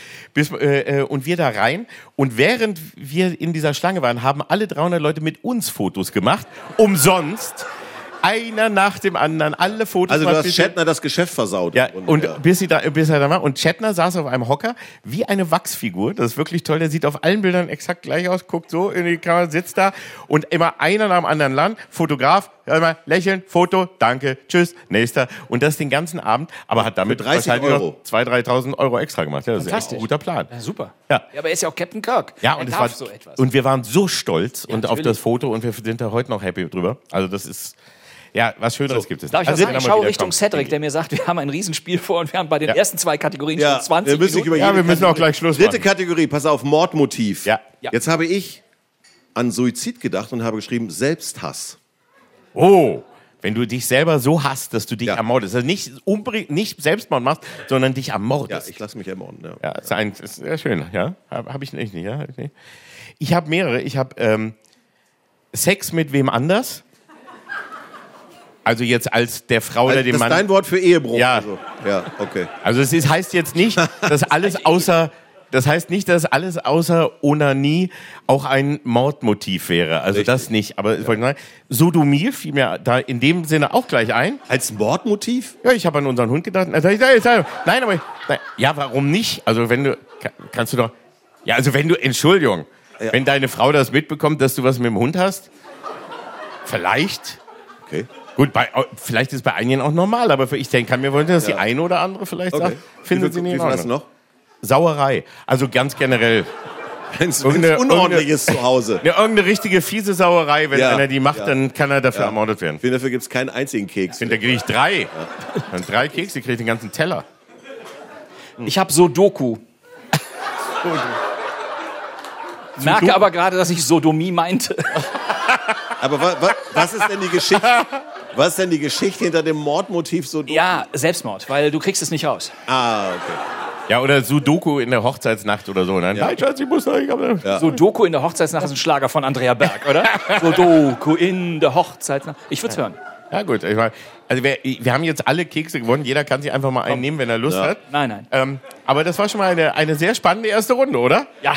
und wir da rein und während wir in dieser Schlange waren, haben alle 300 Leute mit uns Fotos gemacht, umsonst. Einer nach dem anderen, alle Fotos. Also du hast Shatner das Geschäft versaut. Ja, bis er da war. Und Shatner saß auf einem Hocker wie eine Wachsfigur. Das ist wirklich toll. Der sieht auf allen Bildern exakt gleich aus, guckt so in die Kamera, sitzt da und immer einer nach dem anderen Land. Fotograf, immer lächeln, Foto, danke, tschüss, nächster. Und das den ganzen Abend, aber hat damit wahrscheinlich noch 2.000, 3.000 Euro extra gemacht. Ja, das ist echt ein guter Plan. Ja, super. Ja. Ja, aber er ist ja auch Captain Kirk. Ja, und und wir waren so stolz auf das Foto und wir sind da heute noch happy drüber. Also das ist... Ja, was Schöneres gibt es. Darf ich was sagen? Ich schaue Richtung Cedric, der mir sagt, wir haben ein Riesenspiel vor und wir haben bei den ersten 2 Kategorien schon 20 Minuten. Wir müssen auch gleich Schluss machen. 3. Kategorie, pass auf, Mordmotiv. Ja. Jetzt habe ich an Suizid gedacht und habe geschrieben Selbsthass. Oh, wenn du dich selber so hasst, dass du dich ermordest. Also nicht Selbstmord machst, sondern dich ermordest. Ja, ich lasse mich ermorden. Ja, ist sehr schön. Ja, habe ich nicht. Ja, ich habe mehrere. Ich habe Sex mit wem anders. Also jetzt als der Frau oder dem Mann. Das ist dein Wort für Ehebruch. Ja. Also, ja, okay. Also heißt jetzt nicht, dass alles außer Onanie auch ein Mordmotiv wäre. Also richtig. Das nicht. Aber Sodomie fiel mir da in dem Sinne auch gleich ein. Als Mordmotiv? Ja, ich habe an unseren Hund gedacht. Nein, ja, warum nicht? Also Entschuldigung, wenn deine Frau das mitbekommt, dass du was mit dem Hund hast, vielleicht. Okay. Gut, vielleicht ist es bei einigen auch normal, aber ich kann mir vorstellen, dass die eine oder andere vielleicht sagt, findet sie nicht in Ordnung. Wie viel hast du noch? Sauerei. Also ganz generell. Wenn es unordentlich ist zu Hause. Irgendeine richtige fiese Sauerei, wenn einer die macht, dann kann er dafür ermordet werden. Dafür gibt es keinen einzigen Keks. Da kriege ich 3. Ja. Dann 3 Kekse, kriege ich den ganzen Teller. Ich habe Sudoku. Merke aber gerade, dass ich Sodomie meinte. Aber was ist denn die Geschichte? Was ist denn die Geschichte hinter dem Mordmotiv Sudoku? Ja, Selbstmord, weil du kriegst es nicht raus. Ah, okay. Ja, oder Sudoku in der Hochzeitsnacht oder so. Nein, Schatz, ich muss noch. Sudoku in der Hochzeitsnacht ist ein Schlager von Andrea Berg, oder? Sudoku in der Hochzeitsnacht. Ich würde es hören. Ja gut, also wir haben jetzt alle Kekse gewonnen. Jeder kann sich einfach mal einen nehmen, wenn er Lust hat. Nein. Aber das war schon mal eine sehr spannende erste Runde, oder? Ja.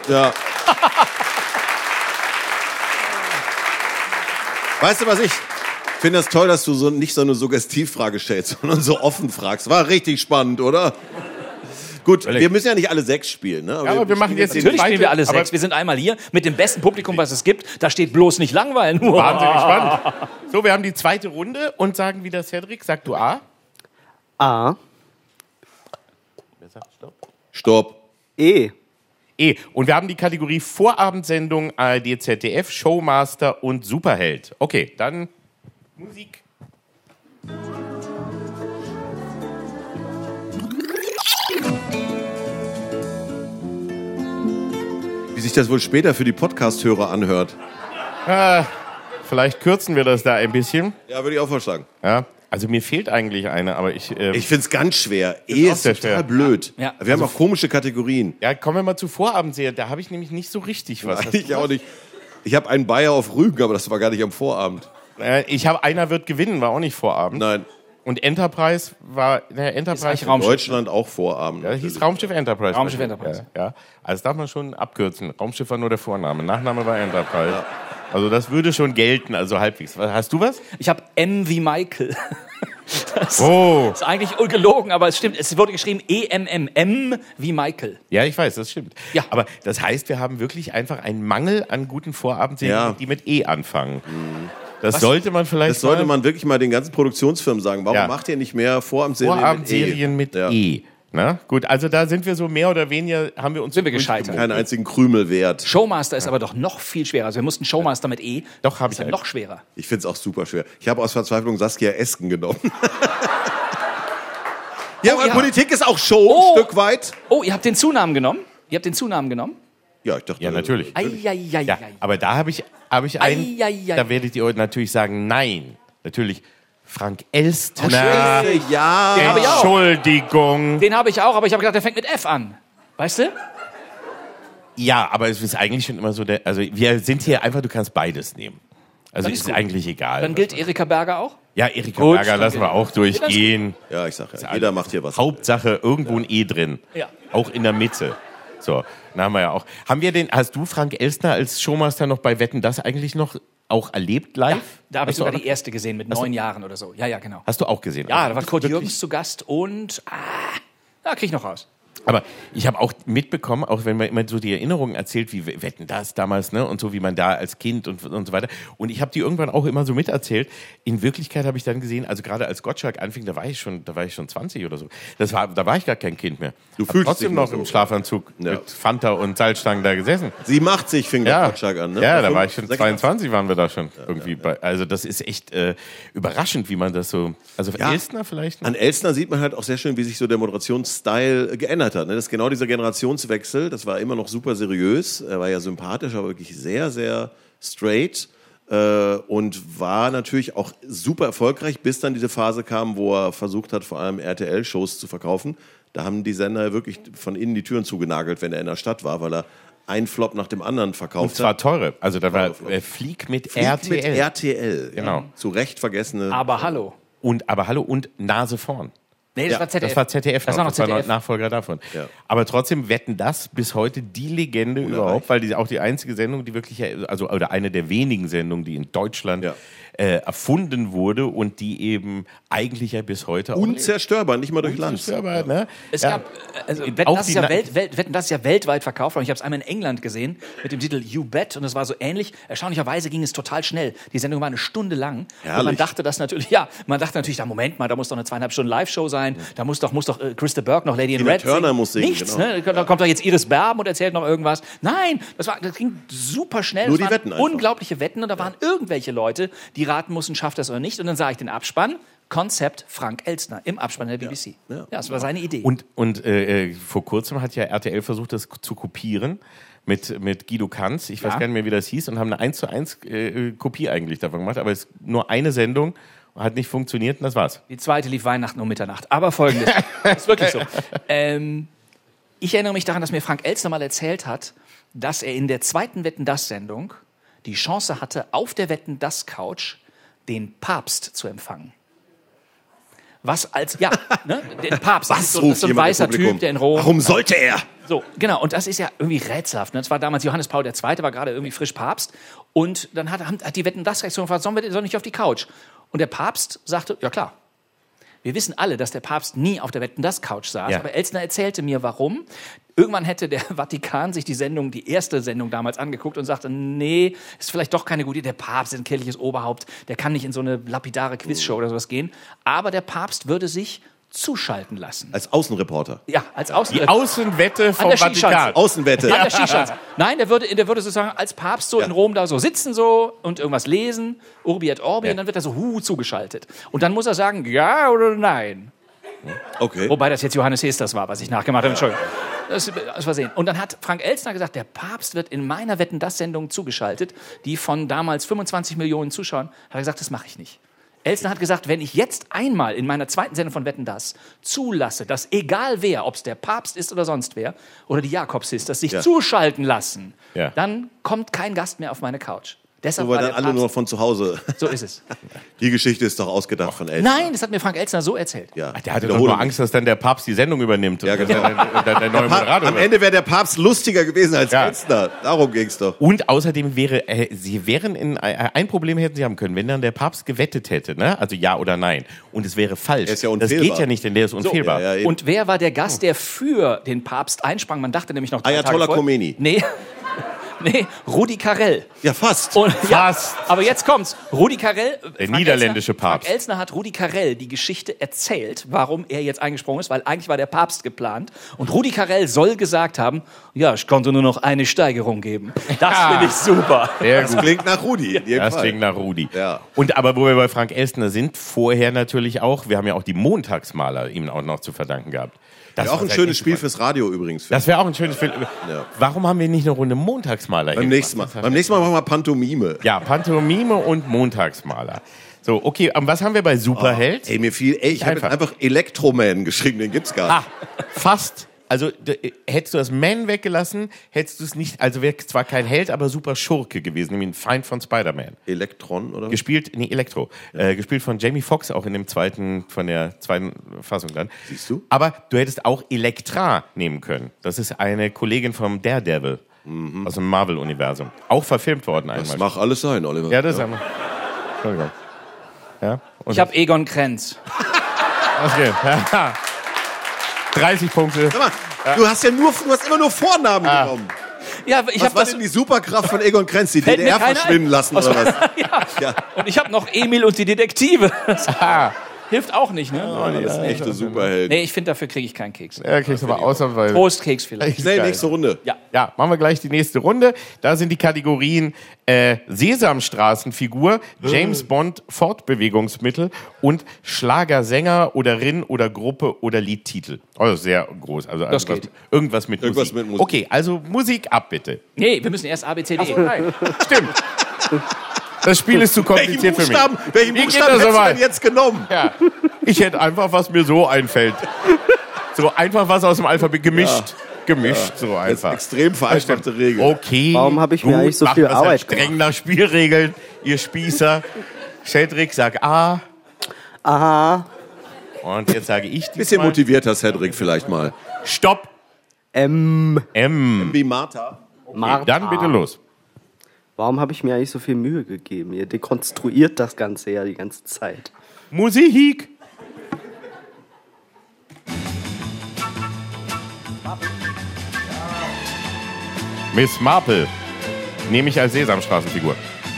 Weißt du, was ich finde das toll, dass du nicht so eine Suggestivfrage stellst, sondern so offen fragst. War richtig spannend, oder? Gut, wir müssen ja nicht alle 6 spielen. Ne? Ja, aber wir machen jetzt natürlich spielen wir alle 6. Wir sind einmal hier mit dem besten Publikum, was es gibt. Da steht bloß nicht langweilen. Wahnsinnig spannend. So, wir haben die 2. Runde und sagen wieder Cedric. Sag du A. A. Wer sagt Stopp? Stopp. E. Und wir haben die Kategorie Vorabendsendung, ARD, ZDF, Showmaster und Superheld. Okay, dann Musik. Wie sich das wohl später für die Podcast-Hörer anhört. Vielleicht kürzen wir das da ein bisschen. Ja, würde ich auch vorschlagen. Ja. Also mir fehlt eigentlich eine, aber ich finde es ganz schwer. Ist total schwer. Blöd. Ja. Wir haben auch komische Kategorien. Ja, kommen wir mal zu Vorabendserie. Da habe ich nämlich nicht so richtig was. Nein, ich auch nicht. Ich habe einen Bayer auf Rügen, aber das war gar nicht am Vorabend. Ich habe Einer wird gewinnen, war auch nicht Vorabend. Nein. Und Enterprise war, Enterprise eigentlich In Raumschiff. Deutschland auch Vorabend. Ja, hieß Raumschiff Enterprise. Raumschiff Enterprise. Ja. Also das darf man schon abkürzen. Raumschiff war nur der Vorname. Nachname war Enterprise. Ja. Also das würde schon gelten, also halbwegs. Hast du was? Ich habe M wie Michael. Das Oh. ist eigentlich ungelogen, aber es stimmt. Es wurde geschrieben EMM, M wie Michael. Ja, ich weiß, das stimmt. Ja. Aber das heißt, wir haben wirklich einfach einen Mangel an guten Vorabendserien, die mit E anfangen. Das sollte man vielleicht Das sollte man wirklich mal den ganzen Produktionsfirmen sagen. Warum Ja. macht ihr nicht mehr Vorabendserien, Vorabendserien mit E. Na, gut, also da sind wir so mehr oder weniger, haben wir uns Sind wir gescheitert. durchgemogelt. Keinen einzigen Krümel wert. Showmaster ist aber doch noch viel schwerer. Also wir mussten Showmaster mit E. Doch, hab ist ich ja halt. noch schwerer. Ich finde es auch super schwer. Ich habe aus Verzweiflung Saskia Esken genommen. Ja, aber ja. Politik ist auch Show, ein Stück weit. Oh, ihr habt den Zunamen genommen? Ja, Ja, ich dachte, Ja, natürlich. Eieieiei. Ja, aber da habe ich einen, Eieiei. da werdet ihr natürlich sagen, nein. Natürlich Frank Elstner. Scheiße, ja. hab ich auch. Entschuldigung. Den habe ich auch, aber ich habe gedacht, der fängt mit F an. Weißt du? Ja, aber es ist eigentlich schon immer so, also wir sind hier einfach, du kannst beides nehmen. Also Dann ist ist gut. eigentlich egal. Dann gilt Erika Berger auch? Ja, Erika Gut, Berger dann lassen wir auch durchgehen. Ja, ich sag ja, jeder macht hier was. Hauptsache irgendwo ein E drin. Ja. Auch in der Mitte. So, dann haben wir ja auch. Hast du Frank Elstner als Showmaster noch bei Wetten, das eigentlich noch auch erlebt live? Da habe ich Hast du sogar auch die erste gesehen mit 9 Jahren oder so. Ja, ja, genau. Hast du auch gesehen? Ja, Also, da war Kurt Jürgens zu Gast und da krieg ich noch raus. Aber ich habe auch mitbekommen, auch wenn man immer so die Erinnerungen erzählt, wie Wetten das damals, ne, und so, wie man da als Kind und so weiter. Und ich habe die irgendwann auch immer so miterzählt. In Wirklichkeit habe ich dann gesehen, also gerade als Gottschalk anfing, da war ich schon 20 oder so. Da war ich gar kein Kind mehr. Du Hab fühlst trotzdem dich noch noch so. im Schlafanzug Ja. mit Fanta und Salzstangen da gesessen. 87 fing der Gottschalk an, ne? Ja, da war ich schon 86. 22, waren wir da schon irgendwie bei. Also das ist echt überraschend, wie man das so. Also Ja. Elstner vielleicht noch? An Elstner sieht man halt auch sehr schön, wie sich so der Moderationsstil geändert hat. Ne? Das ist genau dieser Generationswechsel. Das war immer noch super seriös. Er war ja sympathisch, aber wirklich sehr, sehr straight. Und war natürlich auch super erfolgreich, bis dann diese Phase kam, wo er versucht hat, vor allem RTL-Shows zu verkaufen. Da haben die Sender wirklich von innen die Türen zugenagelt, wenn er in der Stadt war, weil er einen Flop nach dem anderen verkauft Und zwar hat. teure. Also da war Flieg mit Flieg RTL. Mit RTL. Genau. Ja. Zu Recht vergessene. Aber hallo. Aber hallo und Nase vorn. Nee, das Ja, war ZDF. Das war ZDF. Das war noch Das war ZDF. Nachfolger davon. Ja. Aber trotzdem Wetten das bis heute die Legende überhaupt, weil die auch die einzige Sendung, die wirklich, also oder eine der wenigen Sendungen, die in Deutschland erfunden wurde und die eben eigentlich ja bis heute auch Unzerstörbar, nicht mal durch Land. unzerstörbar, ne? Es Ja. gab, also Auch Wetten, das die ist ja Na- Wetten, das ist ja weltweit verkauft worden. Ich habe es einmal in England gesehen mit dem Titel You Bet und es war so ähnlich. Erstaunlicherweise ging es total schnell. Die Sendung war eine Stunde lang. Und man Herrlich. dachte natürlich, da Moment mal, da muss doch eine 2,5 Stunden Live-Show sein. Da muss doch Christa Burke noch Lady in Tina Red Turner singen. muss singen, Nichts, genau. ne? Da kommt doch jetzt Iris Berben und erzählt noch irgendwas. Nein, das ging super schnell. Nur Das die waren Wetten einfach. unglaubliche Wetten und da waren irgendwelche Leute, die raten mussten, schafft das oder nicht. Und dann sah ich den Abspann. Konzept Frank Elstner im Abspann der BBC. Ja, das war seine Idee. Und vor kurzem hat ja RTL versucht, das zu kopieren mit Guido Kanz. Ich weiß Ja. gar nicht mehr, wie das hieß, und haben eine 1:1 Kopie eigentlich davon gemacht. Aber es ist nur eine Sendung, hat nicht funktioniert und das war's. Die zweite lief Weihnachten um Mitternacht. Aber folgendes, ist wirklich so. Ich erinnere mich daran, dass mir Frank Elstner mal erzählt hat, dass er in der zweiten Wetten-Das-Sendung die Chance hatte, auf der Wetten-Das-Couch den Papst zu empfangen. Was als, ja, ne, den Papst. Das ist so ein jemand weißer im Publikum? Typ, der in Rom. Warum sollte er? So, genau. Und das ist ja irgendwie rätselhaft. Ne? Das war damals Johannes Paul II., war gerade irgendwie frisch Papst. Und dann hat die Wetten-Das-Redaktion gefragt, sollen wir nicht auf die Couch? Und der Papst sagte, ja klar. Wir wissen alle, dass der Papst nie auf der Wetten-Das-Couch saß. Ja. Aber Elstner erzählte mir, warum. Irgendwann hätte der Vatikan sich die erste Sendung damals angeguckt und sagte, nee, ist vielleicht doch keine gute Idee. Der Papst ist ein kirchliches Oberhaupt. Der kann nicht in so eine lapidare Quizshow oder sowas gehen. Aber der Papst würde sich zuschalten lassen. Als Außenreporter. Ja, als Die Außenreporter. Außenwette An vom der Skischanze. Vatikan. Außenwette. An der Skischanze. Nein, der würde sozusagen als Papst so in Rom da so sitzen so und irgendwas lesen, Urbi et Orbi, und dann wird er so zugeschaltet. Und dann muss er sagen, ja oder nein. Okay. Wobei das jetzt Johannes Hesters war, was ich nachgemacht habe. Entschuldigung. Das ist aus Versehen. Und dann hat Frank Elstner gesagt, der Papst wird in meiner Wetten-Das-Sendung zugeschaltet, die von damals 25 Millionen Zuschauern, hat er gesagt, das mache ich nicht. Elstner hat gesagt, wenn ich jetzt einmal in meiner zweiten Sendung von Wetten, das zulasse, dass egal wer, ob es der Papst ist oder sonst wer, oder die Jakobs-Sisters, sich zuschalten lassen, Ja. dann kommt kein Gast mehr auf meine Couch. Deshalb Wo wir war dann der alle Papst, nur von zu Hause. so ist es. Die Geschichte ist doch ausgedacht von Elstner. Nein, das hat mir Frank Elstner so erzählt. Ja. Der hatte doch Wiederholung. nur Angst, dass dann der Papst die Sendung übernimmt. Ja, und genau. der neue Moderator Am wird. Ende wäre der Papst lustiger gewesen als Ja. Elstner. Darum ging's doch. Und außerdem sie wären ein Problem hätten sie haben können, wenn dann der Papst gewettet hätte, ne? Also ja oder nein. Und es wäre falsch. Er ist ja das unfehlbar. geht ja nicht, denn der ist unfehlbar. Ja, eben. Und wer war der Gast, der für den Papst einsprang? Man dachte nämlich noch 3 Ayatollah Tage vorher. Khomeini. Nee, Rudi Carrell. Ja, fast. Und, Fast. aber jetzt kommt's. Rudi Carrell. Der niederländische Papst. Frank Elstner hat Rudi Carell die Geschichte erzählt, warum er jetzt eingesprungen ist, weil eigentlich war der Papst geplant. Und Rudi Carell soll gesagt haben, ja, ich konnte nur noch eine Steigerung geben. Das finde ich super. Sehr Das gut. klingt nach Rudi. in jedem Das Fall. klingt nach Rudi. Ja. Und aber wo wir bei Frank Elstner sind, vorher natürlich auch, wir haben ja auch die Montagsmaler ihm auch noch zu verdanken gehabt. Das Ja, auch war ein seit schönes nicht Spiel mal- fürs Radio übrigens. Das wäre auch ein schönes Film. Ja. Warum haben wir nicht eine Runde Montagsmaler? Beim nächsten Mal. Beim nächsten Mal machen wir Pantomime. Ja, Pantomime und Montagsmaler. So, okay, was haben wir bei Superheld? Ey, ich habe Einfach. einfach Electroman geschrieben, den gibt's gar nicht. Fast. Also hättest du das Man weggelassen, hättest du es nicht, also wäre zwar kein Held, aber super Schurke gewesen, nämlich ein Feind von Spider-Man. Elektron, oder? Gespielt von Jamie Foxx auch in der zweiten Fassung dann. Siehst du? Aber du hättest auch Elektra nehmen können. Das ist eine Kollegin vom Daredevil aus dem Marvel-Universum. Auch verfilmt worden einmal. Das mag alles sein, Oliver. Ja, das ist einmal. Entschuldigung. Ja, und Ich habe Egon Krenz. okay. Ja. 30 Punkte. Sag mal, du hast immer nur Vornamen genommen. Ja, ich Was habe war das. denn die Superkraft von Egon Krenz? Die Fällt mir DDR keiner verschwinden ein. lassen, oder was? Ja. Und ich habe noch Emil und die Detektive. Hilft auch nicht, ne? Das ist ein echter Superheld. Nee, ich finde, dafür kriege ich keinen Keks. Ja, kriegst du aber ausnahmsweise. Prostkeks vielleicht. Schnell, Geil. nächste Runde. Ja. Ja, machen wir gleich die nächste Runde. Da sind die Kategorien Sesamstraßenfigur, James Bond Fortbewegungsmittel und Schlagersänger oder Rin oder Gruppe oder Liedtitel. Also sehr groß. Also Das irgendwas mit Irgendwas Musik. mit Musik. Okay, also Musik ab bitte. Nee, wir müssen erst A, B, C, D. Stimmt. Das Spiel ist zu kompliziert für mich. Welchen Wie geht Buchstaben das so hättest du weit? denn jetzt genommen? Ja. Ich hätte einfach, was mir so einfällt. So einfach was aus dem Alphabet gemischt. Gemischt, so Das ist einfach. extrem vereinfachte Regel. Okay. Warum habe ich mir gut, eigentlich so macht viel das halt Arbeit streng nach Spielregeln, ihr Spießer. Sheldrick, sag A. Aha. Und jetzt sage ich Bisschen diesmal motivierter, Cedric, vielleicht mal. Stopp. M. Wie Martha. Martha. Dann bitte los. Warum habe ich mir eigentlich so viel Mühe gegeben? Ihr dekonstruiert das Ganze ja die ganze Zeit. Musik. Miss Marple. Nehme ich als Sesamstraßenfigur.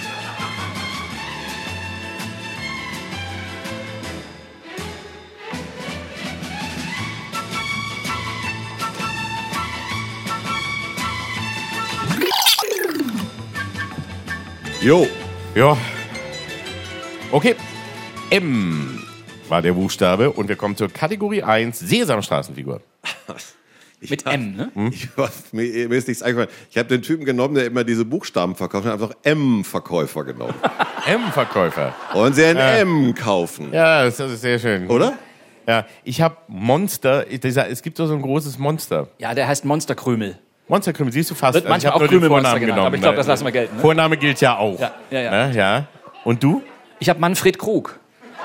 Jo. Ja. Okay. M war der Buchstabe und wir kommen zur Kategorie 1, Sesamstraßenfigur. Mit M, ne? Mir ist nichts eingefallen. Ich habe den Typen genommen, der immer diese Buchstaben verkauft und einfach M-Verkäufer genommen. M-Verkäufer. Wollen Sie ein M kaufen? Ja, das ist sehr schön. Oder? Ja, ich habe Monster, es gibt so ein großes Monster. Ja, der heißt Monsterkrümel. Monsterkrümel, siehst du fast. Wird manchmal ich hab auch nur den Krümelmonster Vornamen genannt, aber ich glaube, das lassen wir gelten, ne? Vorname gilt ja auch. Ja. Ne? Ja. Und du? Ich habe Manfred Krug.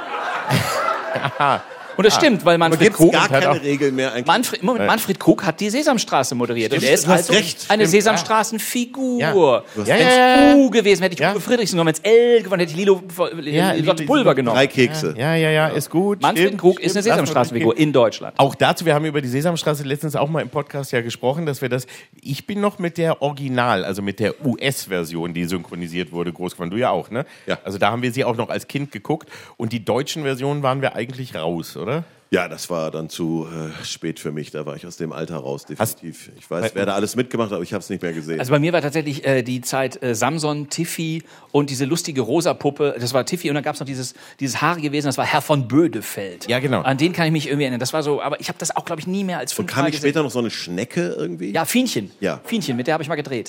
Und das stimmt, weil Manfred Gibt es Krug... gar hat auch- keine Regeln mehr eigentlich? Manfred Krug hat die Sesamstraße moderiert. Und er ist du hast also recht. eine Stimmt, Sesamstraßenfigur. Ja. Wenn Ja, es ja. U gewesen, hätte ich Ja. Uwe Friedrichsen genommen. Wenn es L gewonnen hätte ich Lilo Lotte Pulver genommen. 3 Kekse. Ja, ist gut. Manfred Stimmt, Krug ist eine stimmt, lass mal Sesamstraßenfigur durchgehen. in Deutschland. Auch dazu, wir haben über die Sesamstraße letztens auch mal im Podcast ja gesprochen, dass wir das, ich bin noch mit der Original, also mit der US-Version, die synchronisiert wurde, groß geworden. Du ja auch, ne? Ja. Also da haben wir sie auch noch als Kind geguckt und die deutschen Versionen waren wir eigentlich raus, oder? Ja, das war dann zu spät für mich. Da war ich aus dem Alter raus, definitiv. Ich weiß, wer da alles mitgemacht hat, aber ich habe es nicht mehr gesehen. Also bei mir war tatsächlich die Zeit Samson, Tiffy und diese lustige rosa Puppe. Das war Tiffy und dann gab es noch dieses haarige Wesen, das war Herr von Bödefeld. Ja, genau. An den kann ich mich irgendwie erinnern. Das war so, aber ich habe das auch, glaube ich, nie mehr als Und 5 kam Mal nicht gesehen. später noch so eine Schnecke irgendwie? Ja, Fienchen. Ja. Fienchen, mit der habe ich mal gedreht.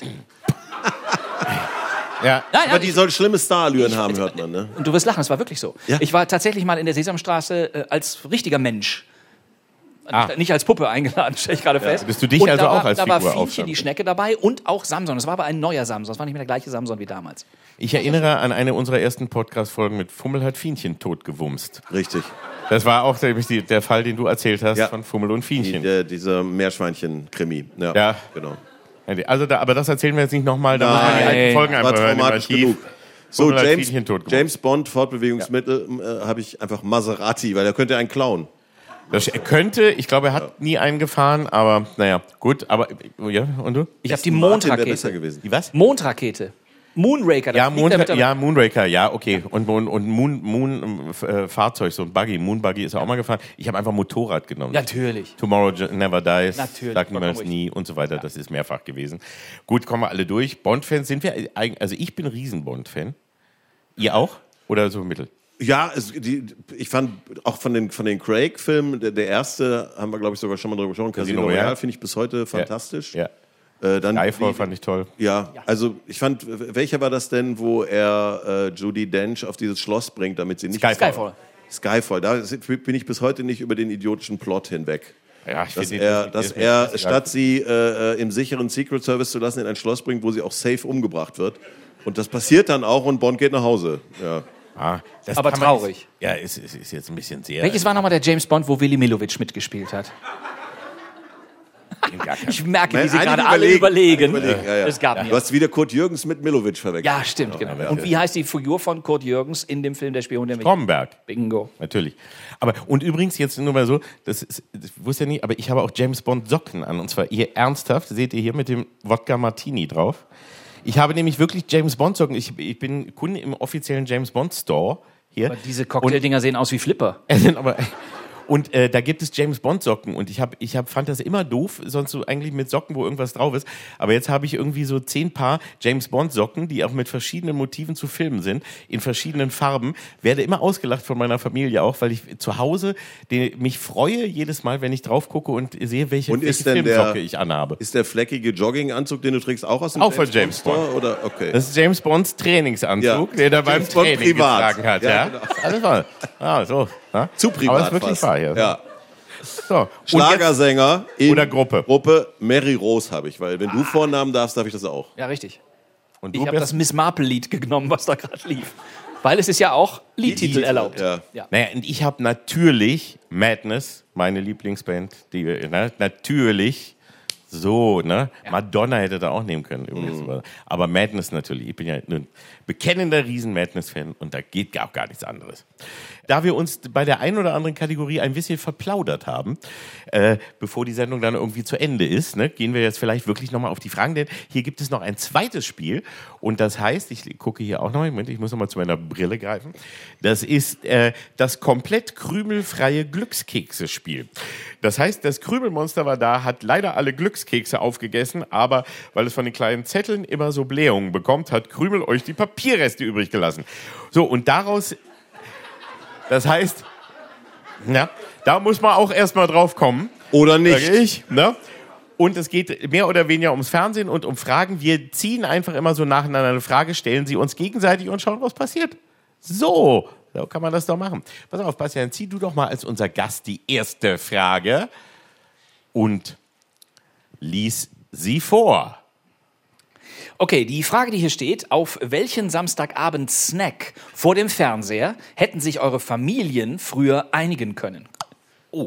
Ja. Nein, Aber die soll schlimme Starallüren haben, hört man, ne? Und du wirst lachen, es war wirklich so. Ja. Ich war tatsächlich mal in der Sesamstraße als richtiger Mensch. Nicht als Puppe eingeladen, stelle ich gerade fest. Bist du dich und also auch als da war Figur Fienchen, aufstellen? die Schnecke dabei und auch Samson. Das war aber ein neuer Samson. Das war nicht mehr der gleiche Samson wie damals. Ich erinnere an eine unserer ersten Podcast-Folgen mit Fummel hat Fienchen totgewumst. Richtig. Das war auch der Fall, den du erzählt hast von Fummel und Fienchen. Dieser Meerschweinchen-Krimi. Ja. Genau. Also aber das erzählen wir jetzt nicht nochmal, da muss man die alten Folgen War einfach hören im traumatisch Archiv. genug. So, Fummel hat Fienchen totgewumst. James Bond, Fortbewegungsmittel, habe ich einfach Maserati, weil er könnte einen klauen. Das könnte, ich glaube, er hat nie einen gefahren, aber naja, gut, aber ja, und du? Ich habe die Martin wäre besser Mondrakete. gewesen. Die was? Mondrakete. Moonraker. Ja, Moonraker, ja, okay. Und Fahrzeug, so ein Buggy. Moonbuggy ist er auch mal gefahren. Ich habe einfach Motorrad genommen. Natürlich. Tomorrow Never Dies, Natürlich, Sag niemals vollkommen nie und so weiter. Das ist mehrfach gewesen. Gut, kommen wir alle durch. Bond-Fans sind wir eigentlich, also ich bin Riesen-Bond-Fan. Ihr auch? Oder so mittel? Ja, ich fand auch von den Craig-Filmen, der erste, haben wir glaube ich sogar schon mal drüber gesprochen, Casino Royale, finde ich bis heute fantastisch. Ja. Dann Skyfall fand ich toll. Ja, also ich fand, welcher war das denn, wo er Judi Dench auf dieses Schloss bringt, damit sie nicht... Skyfall, da bin ich bis heute nicht über den idiotischen Plot hinweg. Ja, ich Dass finde er statt sie im sicheren Secret Service zu lassen, in ein Schloss bringt, wo sie auch safe umgebracht wird. Und das passiert dann auch und Bond geht nach Hause. Ja. Das Aber traurig. Ist jetzt ein bisschen sehr... Welches war nochmal der James Bond, wo Willy Milovic mitgespielt hat? Ich merke, wie sie gerade alle überlegen. Ja. Es gab Du hast wieder Kurt Jürgens mit Milovic verwechselt. Ja, stimmt, genau. Und wie heißt die Figur von Kurt Jürgens in dem Film Der Spion der mich... Stromberg. Bingo. Natürlich. Aber, und übrigens, jetzt nur mal so, das wusste ich nicht, aber ich habe auch James Bond Socken an. Und zwar hier ernsthaft, seht ihr hier mit dem Wodka Martini drauf. Ich habe nämlich wirklich James Bond Socken. Ich bin Kunde im offiziellen James Bond Store hier. Aber diese Cocktaildinger sehen aus wie Flipper. Und da gibt es James Bond Socken und ich fand das immer doof, sonst so eigentlich mit Socken, wo irgendwas drauf ist. Aber jetzt habe ich irgendwie so 10 Paar James Bond Socken, die auch mit verschiedenen Motiven zu filmen sind, in verschiedenen Farben. Werde immer ausgelacht von meiner Familie auch, weil ich zu Hause mich freue jedes Mal, wenn ich drauf gucke und sehe, welche Filmsocke ich anhabe. Ist der fleckige Jogginganzug, den du trägst, auch aus dem auch von James Bond? Oder? Okay. Das ist James Bonds Trainingsanzug, den er beim Training getragen hat. Ja, genau. Alles mal. So. Ja? Zu privat. Aber es ist wirklich wahr hier. Ja. So. Schlagersänger oder Gruppe. Mary Rose habe ich, weil wenn du Vornamen darfst, darf ich das auch. Ja, richtig. Und Ich habe das Miss Marple-Lied genommen, was da gerade lief. Weil es ist ja auch Liedtitel erlaubt. Ja. Naja, und ich habe natürlich Madness, meine Lieblingsband, natürlich so, ne? Ja. Madonna hätte da auch nehmen können übrigens. Aber Madness natürlich. Ich bin ja ein bekennender Riesen-Madness-Fan und da geht auch gar nichts anderes. Da wir uns bei der einen oder anderen Kategorie ein bisschen verplaudert haben, bevor die Sendung dann irgendwie zu Ende ist, ne, gehen wir jetzt vielleicht wirklich nochmal auf die Fragen, denn hier gibt es noch ein zweites Spiel und das heißt, ich gucke hier auch noch, Moment, ich muss nochmal zu meiner Brille greifen, das ist das komplett krümelfreie Glückskekse-Spiel. Das heißt, das Krümelmonster war da, hat leider alle Glückskekse aufgegessen, aber weil es von den kleinen Zetteln immer so Blähungen bekommt, hat Krümel euch die Papierreste übrig gelassen. So, und daraus... Das heißt, ja, da muss man auch erstmal drauf kommen. Oder nicht. Sag ich, ne? Und es geht mehr oder weniger ums Fernsehen und um Fragen. Wir ziehen einfach immer so nacheinander eine Frage, stellen sie uns gegenseitig und schauen, was passiert. So kann man das doch machen. Pass auf, Bastian, zieh du doch mal als unser Gast die erste Frage und lies sie vor. Okay, die Frage, die hier steht, auf welchen Samstagabend-Snack vor dem Fernseher hätten sich eure Familien früher einigen können? Oh,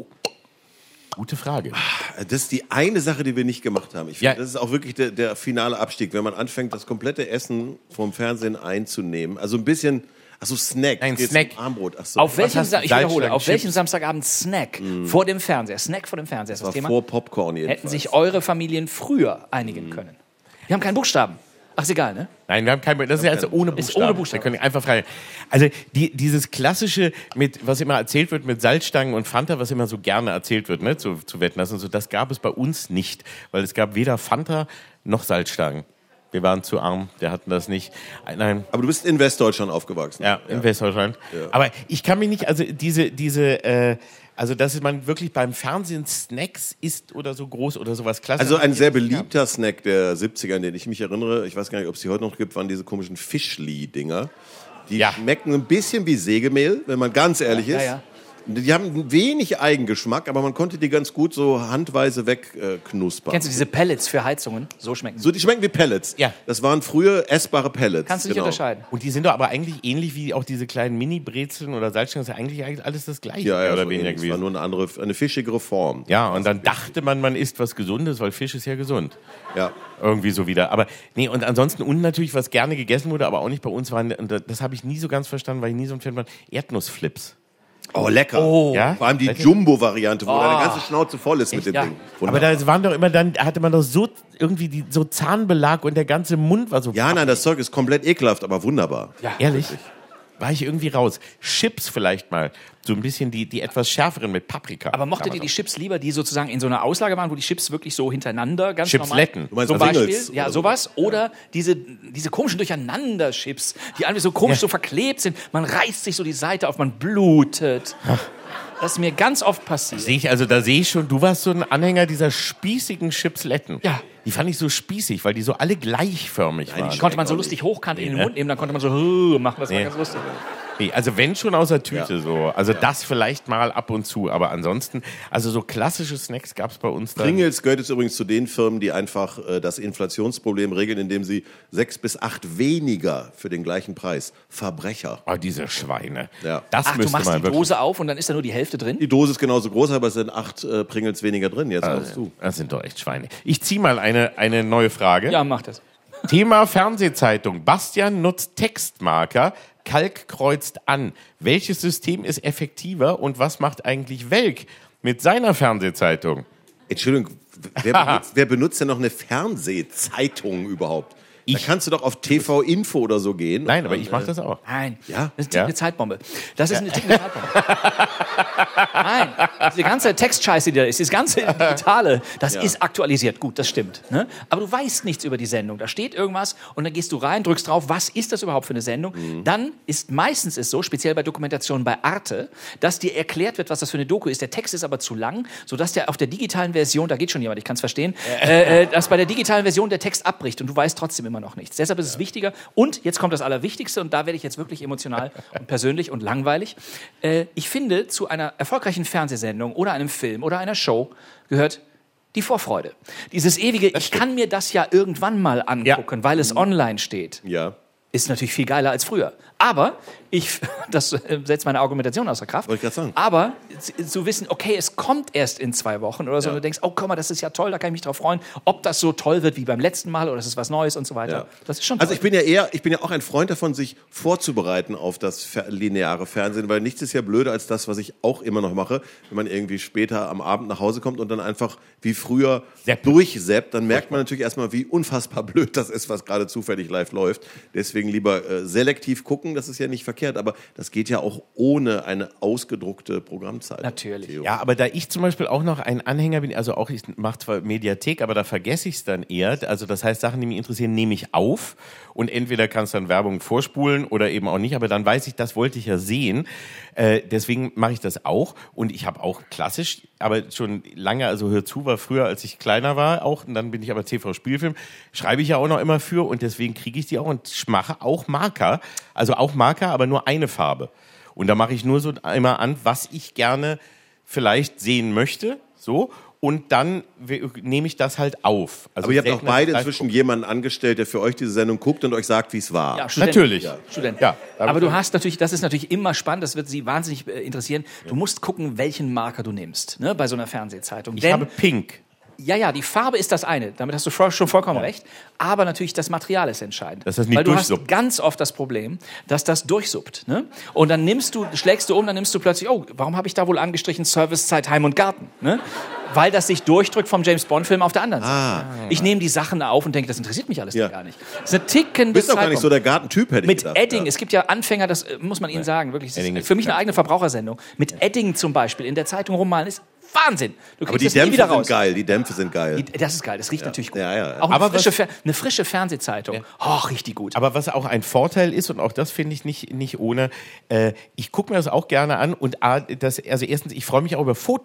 gute Frage. Das ist die eine Sache, die wir nicht gemacht haben. Ich finde, Ja. das ist auch wirklich der finale Abstieg, wenn man anfängt, das komplette Essen vom Fernsehen einzunehmen. Also ein bisschen, Snack. Ein Geht's Snack. um Armbrot. Ach so. Auf welchen, hast du? ich wiederhole, Salzstangen, auf welchen Chips? Samstagabend-Snack vor dem Fernseher, Snack vor dem Fernseher ist das war Thema, vor Popcorn jedenfalls. hätten sich eure Familien früher einigen können? Wir haben keinen Buchstaben. Ach, ist egal, ne? Nein, wir haben kein, das ist ja also ohne Buchstaben. Ist ohne Buchstaben. Wir können einfach frei. Also dieses klassische, was immer erzählt wird mit Salzstangen und Fanta, was immer so gerne erzählt wird, ne, zu Wetten, so, das gab es bei uns nicht, weil es gab weder Fanta noch Salzstangen. Wir waren zu arm, wir hatten das nicht. Nein. Aber du bist in Westdeutschland aufgewachsen. Ja, in Westdeutschland. Ja. Aber ich kann mich nicht, also also dass man wirklich beim Fernsehen Snacks isst oder so groß oder sowas klasse. Also ein sehr beliebter Snack der 70er, an den ich mich erinnere, ich weiß gar nicht, ob es die heute noch gibt, waren diese komischen Fischli-Dinger. Die schmecken ein bisschen wie Sägemehl, wenn man ganz ehrlich ist. Ja. Die haben wenig Eigengeschmack, aber man konnte die ganz gut so handweise wegknuspern. Kennst du diese Pellets für Heizungen? So schmecken sie. So, die schmecken wie Pellets. Ja. Das waren früher essbare Pellets. Kannst du nicht unterscheiden. Und die sind doch aber eigentlich ähnlich wie auch diese kleinen Mini-Brezeln oder Salzstangen. Das ist ja eigentlich alles das Gleiche, Ja, oder so weniger ähnlich. Es war gewesen. nur eine fischigere Form. Ja, und dann dachte man isst was Gesundes, weil Fisch ist ja gesund. Ja. Irgendwie so wieder. Aber nee, und ansonsten, und natürlich, was gerne gegessen wurde, aber auch nicht bei uns, waren, und das habe ich nie so ganz verstanden, weil ich nie so ein Fan war, Erdnussflips. Oh, lecker. Ja? Vor allem die Jumbo-Variante, wo deine ganze Schnauze voll ist mit dem Ja. Ding. Aber Wunderbar. da waren doch immer dann, hatte man doch so irgendwie so Zahnbelag und der ganze Mund war so. Ja, nein, das Zeug ist komplett ekelhaft, aber wunderbar. Ja. Ehrlich? War ich irgendwie raus. Chips vielleicht mal. So ein bisschen die etwas schärferen mit Paprika. Aber mochtet ihr die Chips lieber, die sozusagen in so einer Auslage waren, wo die Chips wirklich so hintereinander ganz Chipsletten. normal... Du meinst Zum Beispiel, Pringles ja, oder sowas. Oder diese komischen Durcheinander-Chips, die einfach so komisch so verklebt sind. Man reißt sich so die Seite auf, man blutet. Das ist mir ganz oft passiert. Da sehe ich schon, du warst so ein Anhänger dieser spießigen Chipsletten. Ja. Die fand ich so spießig, weil die so alle gleichförmig waren. Die konnte man so lustig hochkant in den Mund nehmen, dann konnte man so machen, das war ganz lustig. Nee, also wenn schon aus der Tüte so. Also das vielleicht mal ab und zu. Aber ansonsten, also so klassische Snacks gab es bei uns da. Pringles gehört jetzt übrigens zu den Firmen, die einfach das Inflationsproblem regeln, indem sie 6 bis 8 weniger für den gleichen Preis. Verbrecher. Oh, diese Schweine. Ja. Das Ach, du müsste machst man die wirklich. Dose auf und dann ist da nur die Hälfte drin? Die Dose ist genauso groß, aber es sind 8 Pringles weniger drin. Jetzt kommst du. Das sind doch echt Schweine. Ich ziehe mal eine neue Frage. Ja, mach das. Thema Fernsehzeitung. Bastian nutzt Textmarker. Kalk kreuzt an. Welches System ist effektiver und was macht eigentlich Welk mit seiner Fernsehzeitung? Entschuldigung, wer benutzt denn noch eine Fernsehzeitung überhaupt? Da kannst du doch auf TV-Info oder so gehen. Nein, aber ich mache das auch. Nein, Ja? das ist Ja? eine Zeitbombe. Das ist eine tickende Zeitbombe. Nein, die ganze Textscheiße, die da ist, das ganze Digitale, das ist aktualisiert. Gut, das stimmt. Ne? Aber du weißt nichts über die Sendung. Da steht irgendwas und dann gehst du rein, drückst drauf, was ist das überhaupt für eine Sendung? Dann ist meistens so, speziell bei Dokumentationen bei Arte, dass dir erklärt wird, was das für eine Doku ist. Der Text ist aber zu lang, sodass der auf der digitalen Version, da geht schon jemand, ich kann es verstehen, dass bei der digitalen Version der Text abbricht und du weißt trotzdem immer noch nichts. Deshalb ist es wichtiger. Und jetzt kommt das Allerwichtigste und da werde ich jetzt wirklich emotional und persönlich und langweilig. Ich finde, zu einer erfolgreichen Fernsehsendung oder einem Film oder einer Show gehört die Vorfreude. Dieses ewige, ich kann mir das ja irgendwann mal angucken, weil es online steht. Ja. Ist natürlich viel geiler als früher. Aber, das setzt meine Argumentation außer Kraft. Wollte ich gerade sagen. Aber zu wissen, okay, es kommt erst in 2 Wochen oder so, und du denkst, oh, guck mal, das ist ja toll, da kann ich mich drauf freuen. Ob das so toll wird wie beim letzten Mal oder es ist was Neues und so weiter. Ja. Das ist schon toll. Also ich bin ja auch ein Freund davon, sich vorzubereiten auf das lineare Fernsehen, weil nichts ist ja blöder als das, was ich auch immer noch mache, wenn man irgendwie später am Abend nach Hause kommt und dann einfach wie früher durchsappt, dann merkt man natürlich erstmal, wie unfassbar blöd das ist, was gerade zufällig live läuft. Deswegen lieber selektiv gucken, das ist ja nicht verkehrt, aber das geht ja auch ohne eine ausgedruckte Programmzeit. Natürlich. Ja, aber da ich zum Beispiel auch noch ein Anhänger bin, also auch ich mache zwar Mediathek, aber da vergesse ich es dann eher. Also das heißt, Sachen, die mich interessieren, nehme ich auf und entweder kannst du dann Werbung vorspulen oder eben auch nicht, aber dann weiß ich, das wollte ich ja sehen. Deswegen mache ich das auch und ich habe auch klassisch, aber schon lange, also hör zu, war früher, als ich kleiner war auch und dann bin ich aber TV-Spielfilm, schreibe ich ja auch noch immer für und deswegen kriege ich die auch und mache auch Marker, also auch Marker, aber nur eine Farbe. Und da mache ich nur so einmal an, was ich gerne vielleicht sehen möchte, so. Und dann nehme ich das halt auf. Also Aber ihr habt auch selten, beide dass ich inzwischen jemanden angestellt, der für euch diese Sendung guckt und euch sagt, wie es war. Ja, Student. Natürlich. Ja. Student. Ja. Aber du hast natürlich, das ist natürlich immer spannend, das wird Sie wahnsinnig interessieren. Du musst gucken, welchen Marker du nimmst, ne, bei so einer Fernsehzeitung. Ich habe Pink. Ja, die Farbe ist das eine. Damit hast du schon vollkommen recht. Aber natürlich das Material ist entscheidend. Dass das nicht weil du hast durchsuppt. ganz oft das Problem, dass das durchsuppt. Ne? Und dann schlägst du um, dann nimmst du plötzlich, oh, warum habe ich da wohl angestrichen Servicezeit Heim und Garten? Ne? Weil das sich durchdrückt vom James-Bond-Film auf der anderen Seite. Ich nehme die Sachen auf und denke, das interessiert mich alles gar nicht. Das ist eine tickende Du bist doch gar nicht Zeitbombe. so der Gartentyp, hätte ich Mit gedacht. Edding, Ja. es gibt ja Anfänger, das muss man Ihnen sagen, wirklich. Das Edding ist ist für mich eine klar. eigene Verbrauchersendung. Mit Edding zum Beispiel in der Zeitung Roman ist Wahnsinn. Du Aber kriegst die das nie wieder Dämpfe raus. sind geil, die Dämpfe sind geil. Das ist geil, das riecht natürlich gut. Ja. Auch Aber eine frische Fernsehzeitung. Oh, richtig gut. Aber was auch ein Vorteil ist, und auch das finde ich nicht ohne, ich gucke mir das auch gerne an und also erstens, ich freue mich auch über Fotos.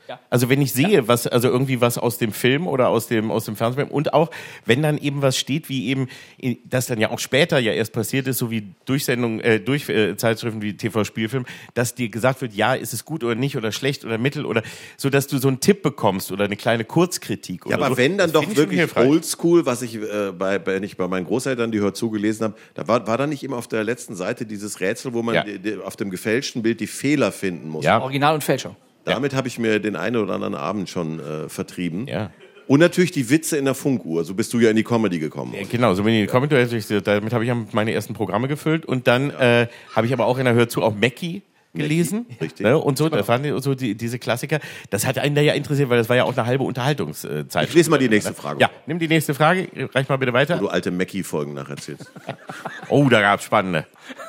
Ja. Also wenn ich sehe, was aus dem Film oder aus dem Fernsehen und auch, wenn dann eben was steht, wie eben, das dann ja auch später ja erst passiert ist, so wie Zeitschriften wie TV-Spielfilm, dass dir gesagt wird, ja, ist es gut oder nicht oder schlecht oder mittel oder so, dass du so einen Tipp bekommst oder eine kleine Kurzkritik. Ja, oder aber so. wenn dann Das doch finde ich schon wirklich hilfreich. oldschool, was ich wenn ich bei meinen Großeltern die Hör zugelesen habe, da war da nicht immer auf der letzten Seite dieses Rätsel, wo man auf dem gefälschten Bild die Fehler finden muss. Ja. Original und Fälschung. Damit habe ich mir den einen oder anderen Abend schon vertrieben. Ja. Und natürlich die Witze in der Funkuhr. So bist du ja in die Comedy gekommen. Ja, genau, so bin ich in die Comedy, damit habe ich ja meine ersten Programme gefüllt und dann habe ich aber auch in der Hör zu auch Mackie gelesen. Richtig. Ne? Und so, da waren so diese Klassiker. Das hat einen da ja interessiert, weil das war ja auch eine halbe Unterhaltungszeit. Ich lese mal die nächste Frage. Ja, nimm die nächste Frage. Reich mal bitte weiter. Wo du alte Mackie-Folgen nacherzählst. Oh, da gab's spannende.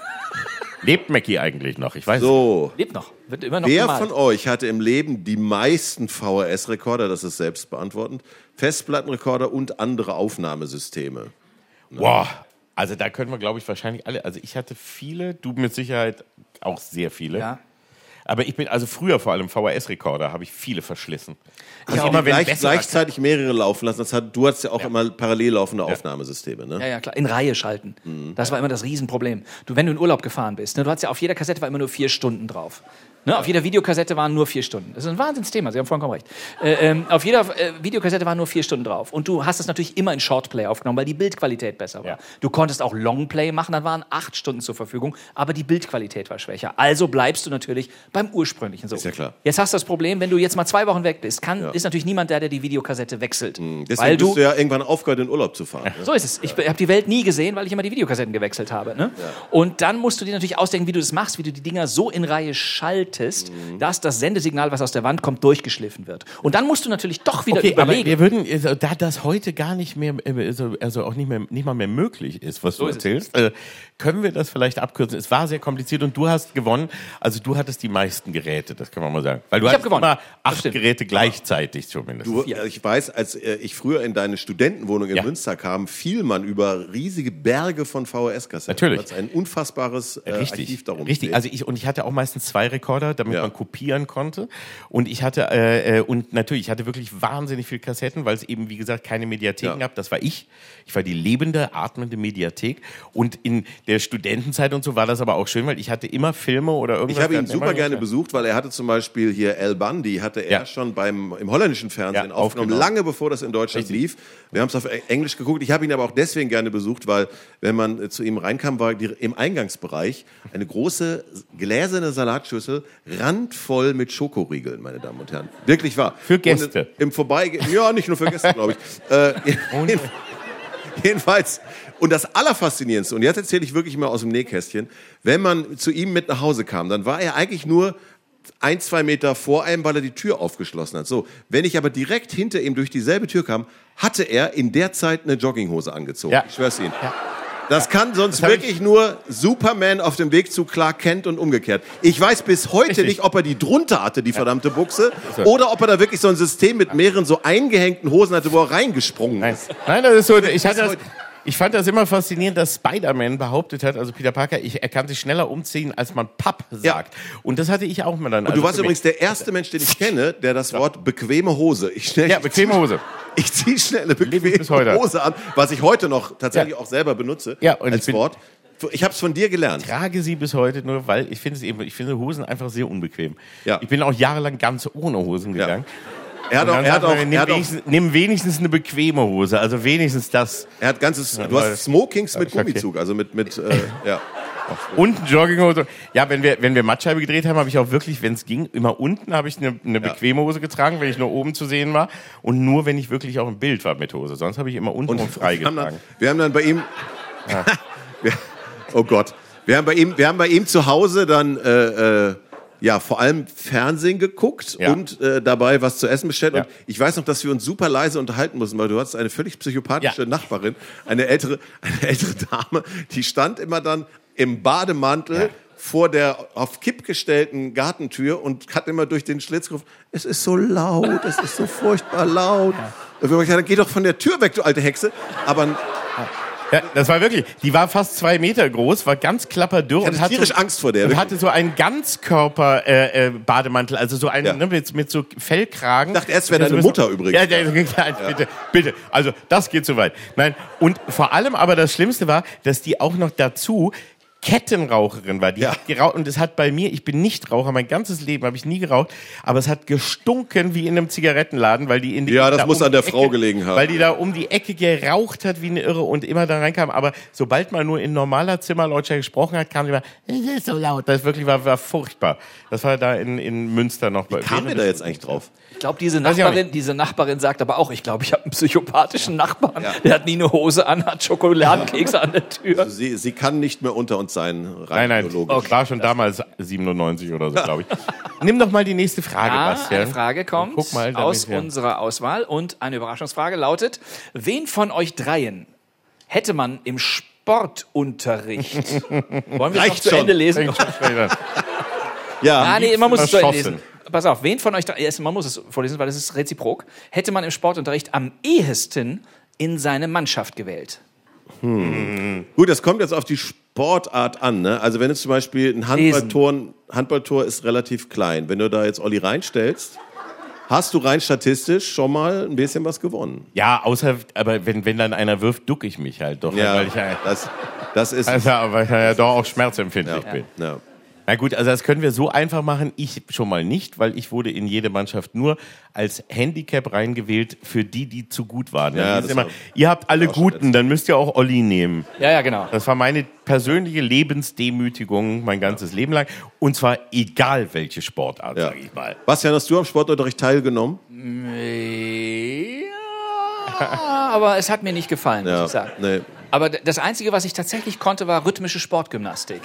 Lebt Mackie eigentlich noch? Ich weiß So. Lebt noch. Wird immer noch Wer gemalt. von euch hatte im Leben die meisten VHS-Rekorder, das ist selbst beantwortend, Festplattenrekorder und andere Aufnahmesysteme? Boah, also da können wir, glaube ich, wahrscheinlich alle. Also ich hatte viele, du mit Sicherheit auch sehr viele. Ja. Aber ich bin, also früher vor allem VHS-Rekorder, habe ich viele verschlissen. Also immer, wenn gleichzeitig mehrere laufen lassen. Du hattest ja auch immer parallel laufende Aufnahmesysteme, ne? Ja, ja, klar. In Reihe schalten. Das war immer das Riesenproblem. Wenn du in Urlaub gefahren bist, ne, du hattest ja auf jeder Kassette war immer nur 4 Stunden drauf. Ne, auf jeder Videokassette waren nur 4 Stunden. Das ist ein Wahnsinnsthema, Sie haben vollkommen recht. Auf jeder Videokassette waren nur 4 Stunden drauf. Und du hast es natürlich immer in Shortplay aufgenommen, weil die Bildqualität besser war. Ja. Du konntest auch Longplay machen, dann waren 8 Stunden zur Verfügung, aber die Bildqualität war schwächer. Also bleibst du natürlich beim ursprünglichen so. Ist ja klar. Jetzt hast du das Problem, wenn du jetzt mal 2 Wochen weg bist, ist natürlich niemand der die Videokassette wechselt. Deswegen Weil bist du ja irgendwann aufgehört, in Urlaub zu fahren. Ne? So ist es. Ich habe die Welt nie gesehen, weil ich immer die Videokassetten gewechselt habe. Ne? Ja. Und dann musst du dir natürlich ausdenken, wie du das machst, wie du die Dinger so in Reihe schaltest, dass das Sendesignal, was aus der Wand kommt, durchgeschliffen wird. Und dann musst du natürlich doch wieder überlegen. Aber wir würden, da das heute gar nicht mehr, also auch nicht mal mehr möglich ist, was du erzählst, können wir das vielleicht abkürzen. Es war sehr kompliziert und du hast gewonnen. Also du hattest die meisten Geräte, das kann man mal sagen. Weil du hattest immer 8 Geräte gleichzeitig zumindest. Ich weiß, als ich früher in deine Studentenwohnung in Münster kam, fiel man über riesige Berge von VHS-Kassetten. Natürlich. Das ist ein unfassbares Archiv darum. Richtig, also ich hatte auch meistens 2 Rekorder, damit man kopieren konnte. Und ich hatte ich hatte wirklich wahnsinnig viele Kassetten, weil es eben, wie gesagt, keine Mediatheken gab. Das war ich. Ich war die lebende, atmende Mediathek. Und in der Studentenzeit und so war das aber auch schön, weil ich hatte immer Filme oder irgendwas. Ich habe ihn super gerne besucht, weil er hatte zum Beispiel hier Al Bundy, hatte er schon im holländischen Fernsehen aufgenommen, lange bevor das in Deutschland lief. Wir haben es auf Englisch geguckt. Ich habe ihn aber auch deswegen gerne besucht, weil, wenn man zu ihm reinkam, war im Eingangsbereich eine große gläserne Salatschüssel randvoll mit Schokoriegeln, meine Damen und Herren. Wirklich wahr. Für Gäste. Und im Vorbeigehen, ja, nicht nur für Gäste, glaube ich. Jedenfalls, und das Allerfaszinierendste, und jetzt erzähle ich wirklich mal aus dem Nähkästchen, wenn man zu ihm mit nach Hause kam, dann war er eigentlich nur 1-2 Meter vor einem, weil er die Tür aufgeschlossen hat. So, wenn ich aber direkt hinter ihm durch dieselbe Tür kam, hatte er in der Zeit eine Jogginghose angezogen. Ja. Ich schwör's Ihnen. Ja. Das kann sonst wirklich nur Superman auf dem Weg zu Clark Kent und umgekehrt. Ich weiß bis heute nicht, ob er die drunter hatte, die verdammte Buchse, oder ob er da wirklich so ein System mit mehreren so eingehängten Hosen hatte, wo er reingesprungen ist. Nein, das ist so. Ich fand das immer faszinierend, dass Spider-Man behauptet hat, also Peter Parker, er kann sich schneller umziehen, als man Papp sagt. Ja. Und das hatte ich auch mal dann. Und du warst übrigens der erste Mensch, den ich kenne, der das Wort bequeme Hose. Bequeme Hose. Ich ziehe schnell eine bequeme Hose an, was ich heute noch tatsächlich auch selber benutze als Wort. Ich habe es von dir gelernt. Ich trage sie bis heute nur, weil ich finde Hosen einfach sehr unbequem. Ja. Ich bin auch jahrelang ganz ohne Hosen gegangen. Nimm wenigstens eine bequeme Hose, also wenigstens das. Du hast Smokings mit Gummizug, also mit und eine Jogginghose. Ja, wenn wir Mattscheibe gedreht haben, habe ich auch wirklich, wenn es ging, immer unten habe ich eine bequeme Hose getragen, wenn ich nur oben zu sehen war. Und nur, wenn ich wirklich auch im Bild war mit Hose. Sonst habe ich immer unten und frei getragen. Wir haben dann bei ihm... oh Gott. Wir haben bei ihm zu Hause dann... vor allem Fernsehen geguckt und dabei was zu essen bestellt. Und ich weiß noch, dass wir uns super leise unterhalten mussten, weil du hattest eine völlig psychopathische Nachbarin, eine ältere Dame, die stand immer dann im Bademantel vor der auf Kipp gestellten Gartentür und hat immer durch den Schlitz gerufen, es ist so laut, es ist so furchtbar laut. Da würde ich sagen, geh doch von der Tür weg, du alte Hexe. Aber Ja, das war wirklich, die war fast 2 Meter groß, war ganz klapperdürr Ich hatte tierisch Angst vor der. und wirklich. hatte so einen Ganzkörper-Bademantel, also so einen mit so Fellkragen. Ich dachte erst, wäre deine Mutter übrigens. Ja, bitte. Also das geht so weit. Nein, und vor allem aber das Schlimmste war, dass die auch noch dazu Kettenraucherin war. Die hat geraucht und es hat bei mir, ich bin nicht Raucher, mein ganzes Leben habe ich nie geraucht, aber es hat gestunken wie in einem Zigarettenladen, weil die das muss an der Frau gelegen haben. Weil die da um die Ecke geraucht hat wie eine Irre und immer da reinkam. Aber sobald man nur in normaler Zimmerlautstärke gesprochen hat, kam die immer, es ist so laut. Das wirklich war furchtbar. Das war da in Münster noch. Wie kam wir da jetzt eigentlich drauf? Ich glaube, diese Nachbarin sagt aber auch, ich glaube, ich habe einen psychopathischen Nachbarn. Ja. Der hat nie eine Hose an, hat Schokoladenkekse an der Tür. Also sie kann nicht mehr unter uns sein, rein Nein, biologisch. war schon damals 97 oder so, glaube ich. Nimm doch mal die nächste Frage, Bastian. Eine Frage kommt aus unserer Auswahl und eine Überraschungsfrage lautet, wen von euch dreien hätte man im Sportunterricht... Wollen wir es noch zu Ende lesen? Ja, man muss es zu Ende lesen. Pass auf, wen von euch dreien... Man muss es vorlesen, weil es ist reziprok. Hätte man im Sportunterricht am ehesten in seine Mannschaft gewählt? Gut, das kommt jetzt auf die Sportart an. Ne? Also wenn jetzt zum Beispiel ein Handballtor ist relativ klein. Wenn du da jetzt Olli reinstellst, hast du rein statistisch schon mal ein bisschen was gewonnen. Ja, außer, aber wenn dann einer wirft, ducke ich mich halt doch. Ja, weil ich das ist... weil ich ja doch auch schmerzempfindlich bin. Ja. Na gut, also das können wir so einfach machen. Ich schon mal nicht, weil ich wurde in jede Mannschaft nur als Handicap reingewählt für die zu gut waren. Ja, das immer, ihr habt alle Guten, dann müsst ihr auch Olli nehmen. Ja, genau. Das war meine persönliche Lebensdemütigung mein ganzes Leben lang. Und zwar egal welche Sportart, sage ich mal. Bastian, hast du am Sportunterricht teilgenommen? Ja, aber es hat mir nicht gefallen, muss ich sagen. Nee. Aber das Einzige, was ich tatsächlich konnte, war rhythmische Sportgymnastik.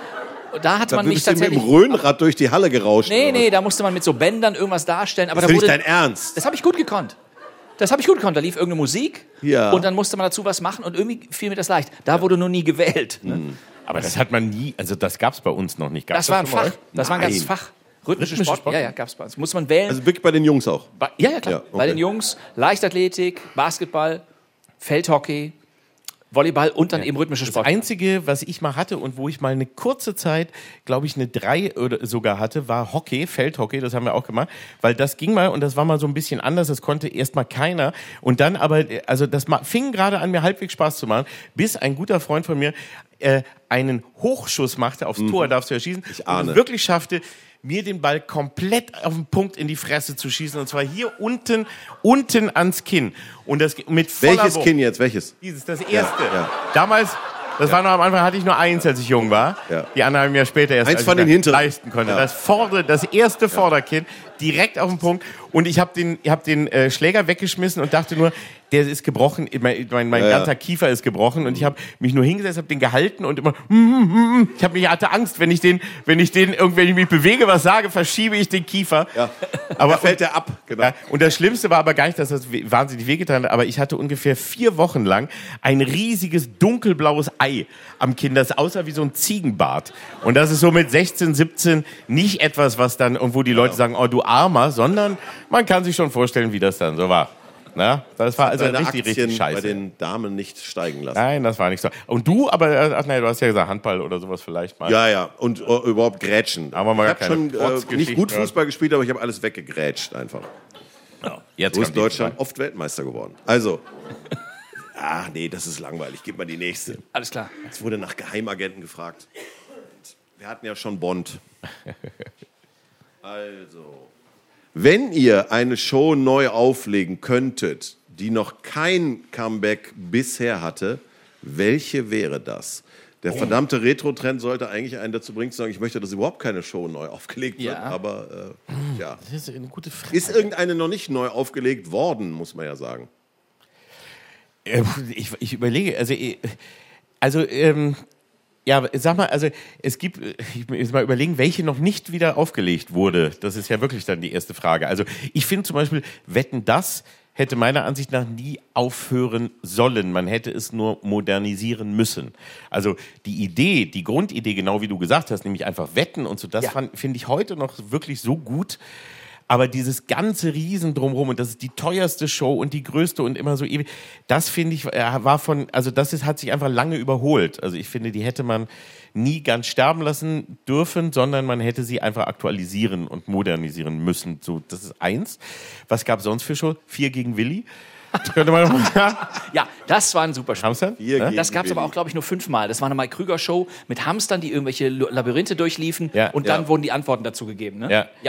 Da hat man mich bist du mit tatsächlich... dem Röhnrad durch die Halle gerauscht. Nee, da musste man mit so Bändern irgendwas darstellen. Aber Das ist nicht dein Ernst. Das habe ich gut gekonnt. Da lief irgendeine Musik Ja. und dann musste man dazu was machen und irgendwie fiel mir das leicht. Da wurde nur nie gewählt. Ne? Aber das hat man nie, also das gab es bei uns noch nicht. Das war ein schon mal? Fach. Das war ein ganzes Fach. Rhythmische Sport? Ja, gab es bei uns. Muss man wählen. Also wirklich bei den Jungs auch? Ja, klar. Ja, okay. Bei den Jungs Leichtathletik, Basketball, Feldhockey, Volleyball und dann eben rhythmische Sport. Das Einzige, was ich mal hatte und wo ich mal eine kurze Zeit, glaube ich, eine 3 oder sogar hatte, war Hockey, Feldhockey, das haben wir auch gemacht, weil das ging mal und das war mal so ein bisschen anders, das konnte erst mal keiner und dann aber, also das fing gerade an, mir halbwegs Spaß zu machen, bis ein guter Freund von mir einen Hochschuss machte aufs Tor, darfst du ja schießen, und es wirklich schaffte, mir den Ball komplett auf den Punkt in die Fresse zu schießen. Und zwar hier unten ans Kinn. Und das mit voller Welches Wucht. Kinn jetzt? Welches? Das erste. Ja. Damals, das war noch am Anfang, hatte ich nur eins, als ich jung war. Ja. Die anderen haben mir später erst Eins von den hinteren. leisten konnte. Ja. Das erste Vorderkinn, direkt auf den Punkt. Und ich hab den Schläger weggeschmissen und dachte nur, der ist gebrochen, mein ganzer Kiefer ist gebrochen und ich habe mich nur hingesetzt, habe den gehalten und immer ich hatte Angst, wenn ich mich bewege, was sage, verschiebe ich den Kiefer. Ja. Aber da fällt der ab, genau. Ja, und das Schlimmste war aber gar nicht, dass das wahnsinnig wehgetan hat, aber ich hatte ungefähr 4 Wochen lang ein riesiges dunkelblaues Ei am Kinn, das aussah wie so ein Ziegenbart. Und das ist so mit 16, 17 nicht etwas, was dann irgendwo die Leute sagen, oh du Armer, sondern man kann sich schon vorstellen, wie das dann so war. Na, das war also richtig scheiße. Bei den Damen nicht steigen lassen. Nein, das war nicht so. Und du, aber du hast ja gesagt Handball oder sowas vielleicht mal. Ja, und überhaupt Grätschen. Aber man ich habe schon nicht gut Fußball gespielt, aber ich habe alles weggegrätscht einfach. Ja, jetzt So ist Deutschland oft Weltmeister geworden. Also, nee, das ist langweilig. Gib mal die nächste. Alles klar. Jetzt wurde nach Geheimagenten gefragt. Wir hatten ja schon Bond. Also, wenn ihr eine Show neu auflegen könntet, die noch kein Comeback bisher hatte, welche wäre das? Der verdammte Retro-Trend sollte eigentlich einen dazu bringen, zu sagen, ich möchte, dass überhaupt keine Show neu aufgelegt wird. Aber ja. Das ist eine gute Frage. Ist irgendeine noch nicht neu aufgelegt worden, muss man ja sagen. Ich überlege, ja, sag mal, also es gibt, ich muss mal überlegen, welche noch nicht wieder aufgelegt wurde. Das ist ja wirklich dann die erste Frage. Also ich finde zum Beispiel, Wetten, das hätte meiner Ansicht nach nie aufhören sollen. Man hätte es nur modernisieren müssen. Also die Grundidee, genau wie du gesagt hast, nämlich einfach wetten und so, das finde ich heute noch wirklich so gut. Aber dieses ganze Riesen drumherum und das ist die teuerste Show und die größte und immer so ewig, das finde ich, hat sich einfach lange überholt. Also ich finde, die hätte man nie ganz sterben lassen dürfen, sondern man hätte sie einfach aktualisieren und modernisieren müssen. So, das ist eins. Was gab es sonst für Show? 4 gegen Willi. Könnte man Ja, das war ein super Spiel. Hamstern? Das gab es aber auch, glaube ich, nur 5-mal. Das war eine Mike Krüger-Show mit Hamstern, die irgendwelche Labyrinthe durchliefen und dann wurden die Antworten dazu gegeben. Ne? Ja.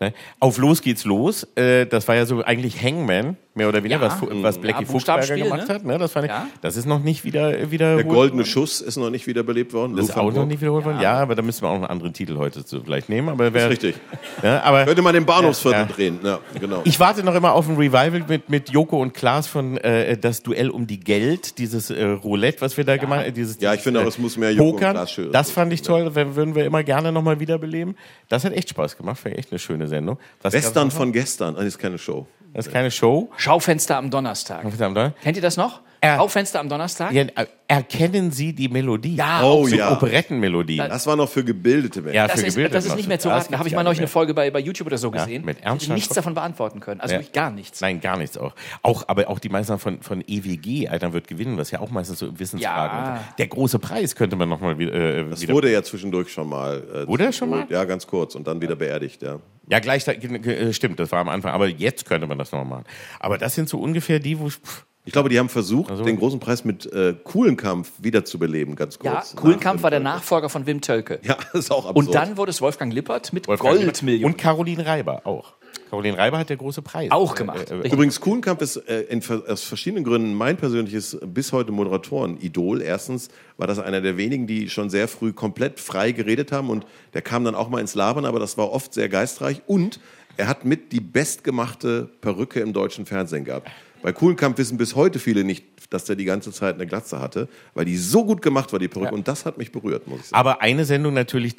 Auf Los geht's los. Das war ja so eigentlich Hangman, mehr oder weniger, was Blackie Fuchsberger gemacht hat. Ne? Das fand ich, das ist noch nicht wiederholt. Der goldene Schuss ist noch nicht wiederbelebt worden. Das ist auch noch nicht wiederholt worden. Ja, aber da müssen wir auch einen anderen Titel heute vielleicht nehmen. Aber das ist richtig. Ja, aber, könnte man den Bahnhofsviertel drehen. Ja, genau. Ich warte noch immer auf ein Revival mit Joko und Klaas von das Duell um die Geld, dieses Roulette, was wir da gemacht haben. Ich finde auch, es muss mehr Joko und Klaas schön. Das fand ich toll. Würden wir immer gerne nochmal wiederbeleben. Das hat echt Spaß gemacht. War echt eine schöne Sendung. Western von gestern. Das ist keine Show. Das ist keine Show. Schaufenster am Donnerstag. Kennt ihr das noch? Schaufenster am Donnerstag? Ja, erkennen Sie die Melodie? Ja, Operettenmelodie. Das war noch für gebildete Menschen. Ja, das ist nicht mehr zu raten. Da habe ich mal neulich eine Folge bei YouTube oder so gesehen. Mit ich hätte nichts davon beantworten können. Also wirklich gar nichts. Nein, gar nichts auch. Aber auch die meisten von EWG, Alter wird gewinnen, was ja auch meistens so Wissensfragen. Ja. Der große Preis könnte man nochmal wieder. Das wurde ja zwischendurch schon mal. Wurde er schon mal? Ja, ganz kurz und dann wieder beerdigt, ja. Ja, gleich, stimmt, das war am Anfang. Aber jetzt könnte man das nochmal machen. Aber das sind so ungefähr die, wo. Ich glaube, die haben versucht, den großen Preis mit Kuhlenkampf wiederzubeleben, ganz kurz. Ja, Kuhlenkampf war der Nachfolger von Wim Tölke. Ja, das ist auch absurd. Und dann wurde es Wolfgang Lippert mit Goldmillionen. Und Caroline Reiber auch. Caroline Reiber hat der große Preis auch gemacht. Übrigens, Kuhlenkampf ist aus verschiedenen Gründen mein persönliches bis heute Moderatoren-Idol. Erstens war das einer der wenigen, die schon sehr früh komplett frei geredet haben und der kam dann auch mal ins Labern, aber das war oft sehr geistreich und er hat mit die bestgemachte Perücke im deutschen Fernsehen gehabt. Bei Kuhlenkampf wissen bis heute viele nicht, dass der die ganze Zeit eine Glatze hatte, weil die so gut gemacht war, die Perücke. Ja. Und das hat mich berührt, muss ich sagen. Aber eine Sendung natürlich,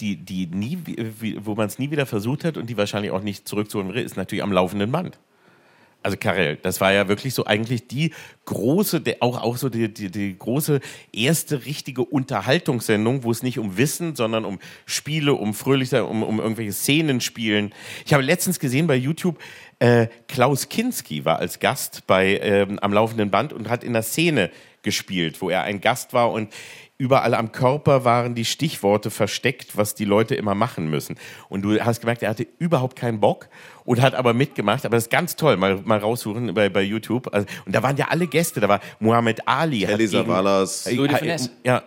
wo man es nie wieder versucht hat und die wahrscheinlich auch nicht zurückzuholen will, ist natürlich am laufenden Band. Also Karel, das war ja wirklich so eigentlich die große, auch so die große erste richtige Unterhaltungssendung, wo es nicht um Wissen, sondern um Spiele, um Fröhlichkeit, um irgendwelche Szenen spielen. Ich habe letztens gesehen bei YouTube, Klaus Kinski war als Gast bei am laufenden Band und hat in der Szene gespielt, wo er ein Gast war und überall am Körper waren die Stichworte versteckt, was die Leute immer machen müssen. Und du hast gemerkt, er hatte überhaupt keinen Bock und hat aber mitgemacht. Aber das ist ganz toll, mal raussuchen bei YouTube. Also, und da waren ja alle Gäste. Da war Muhammad Ali. Kelly Savalas. Louis de Funès. Ja,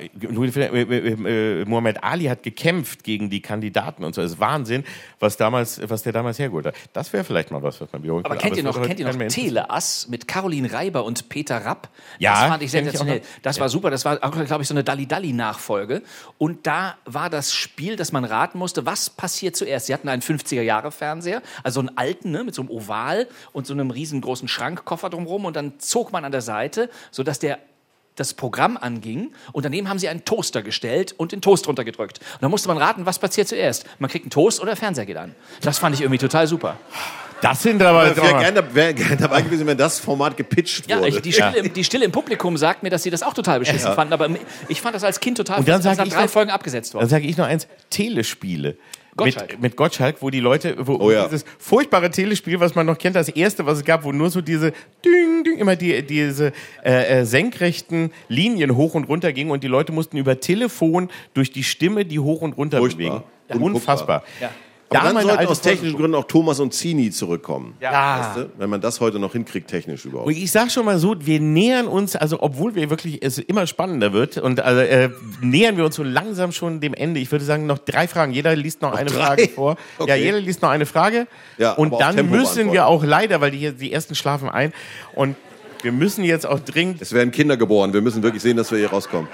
Muhammad Ali hat gekämpft gegen die Kandidaten und so. Das ist Wahnsinn, was der damals hergeholt hat. Das wäre vielleicht mal was man wiederholen kann. Aber kennt ihr noch Teleass mit Caroline Reiber und Peter Rapp? Ja. Das fand ich sensationell. Das war super. Das war, glaube ich, so eine Dalli-Nachfolge. Und da war das Spiel, dass man raten musste, was passiert zuerst. Sie hatten einen 50er-Jahre-Fernseher, also einen alten, ne, mit so einem Oval und so einem riesengroßen Schrankkoffer drumherum. Und dann zog man an der Seite, sodass das Programm anging. Und daneben haben sie einen Toaster gestellt und den Toast runtergedrückt. Und dann musste man raten, was passiert zuerst. Man kriegt einen Toast oder der Fernseher geht an. Das fand ich irgendwie total super. Das sind aber... Ich wäre gerne dabei gewesen, wenn das Format gepitcht wurde. Die Stille im Publikum sagt mir, dass sie das auch total beschissen fanden. Aber ich fand das als Kind total und dann das nach 3 Folgen abgesetzt worden. Dann sage ich noch eins, Telespiele. Gottschalk. Mit Gottschalk, wo die Leute, dieses furchtbare Telespiel, was man noch kennt, das erste, was es gab, wo nur so diese immer diese senkrechten Linien hoch und runter gingen und die Leute mussten über Telefon durch die Stimme die hoch und runter bewegen. Ja. Unfassbar. Ja. Aber dann sollten aus technischen Gründen auch Thomas und Zini zurückkommen. Ja. Weißt du? Wenn man das heute noch hinkriegt, technisch überhaupt. Und ich sag schon mal so, wir nähern uns, also obwohl wir wirklich es immer spannender wird und nähern wir uns so langsam schon dem Ende. Ich würde sagen, noch 3 Fragen. Jeder liest noch eine Frage vor. Okay. Ja, jeder liest noch eine Frage. Ja, und dann müssen wir auch leider, weil die ersten schlafen ein und wir müssen jetzt auch dringend... Es werden Kinder geboren. Wir müssen wirklich sehen, dass wir hier rauskommen.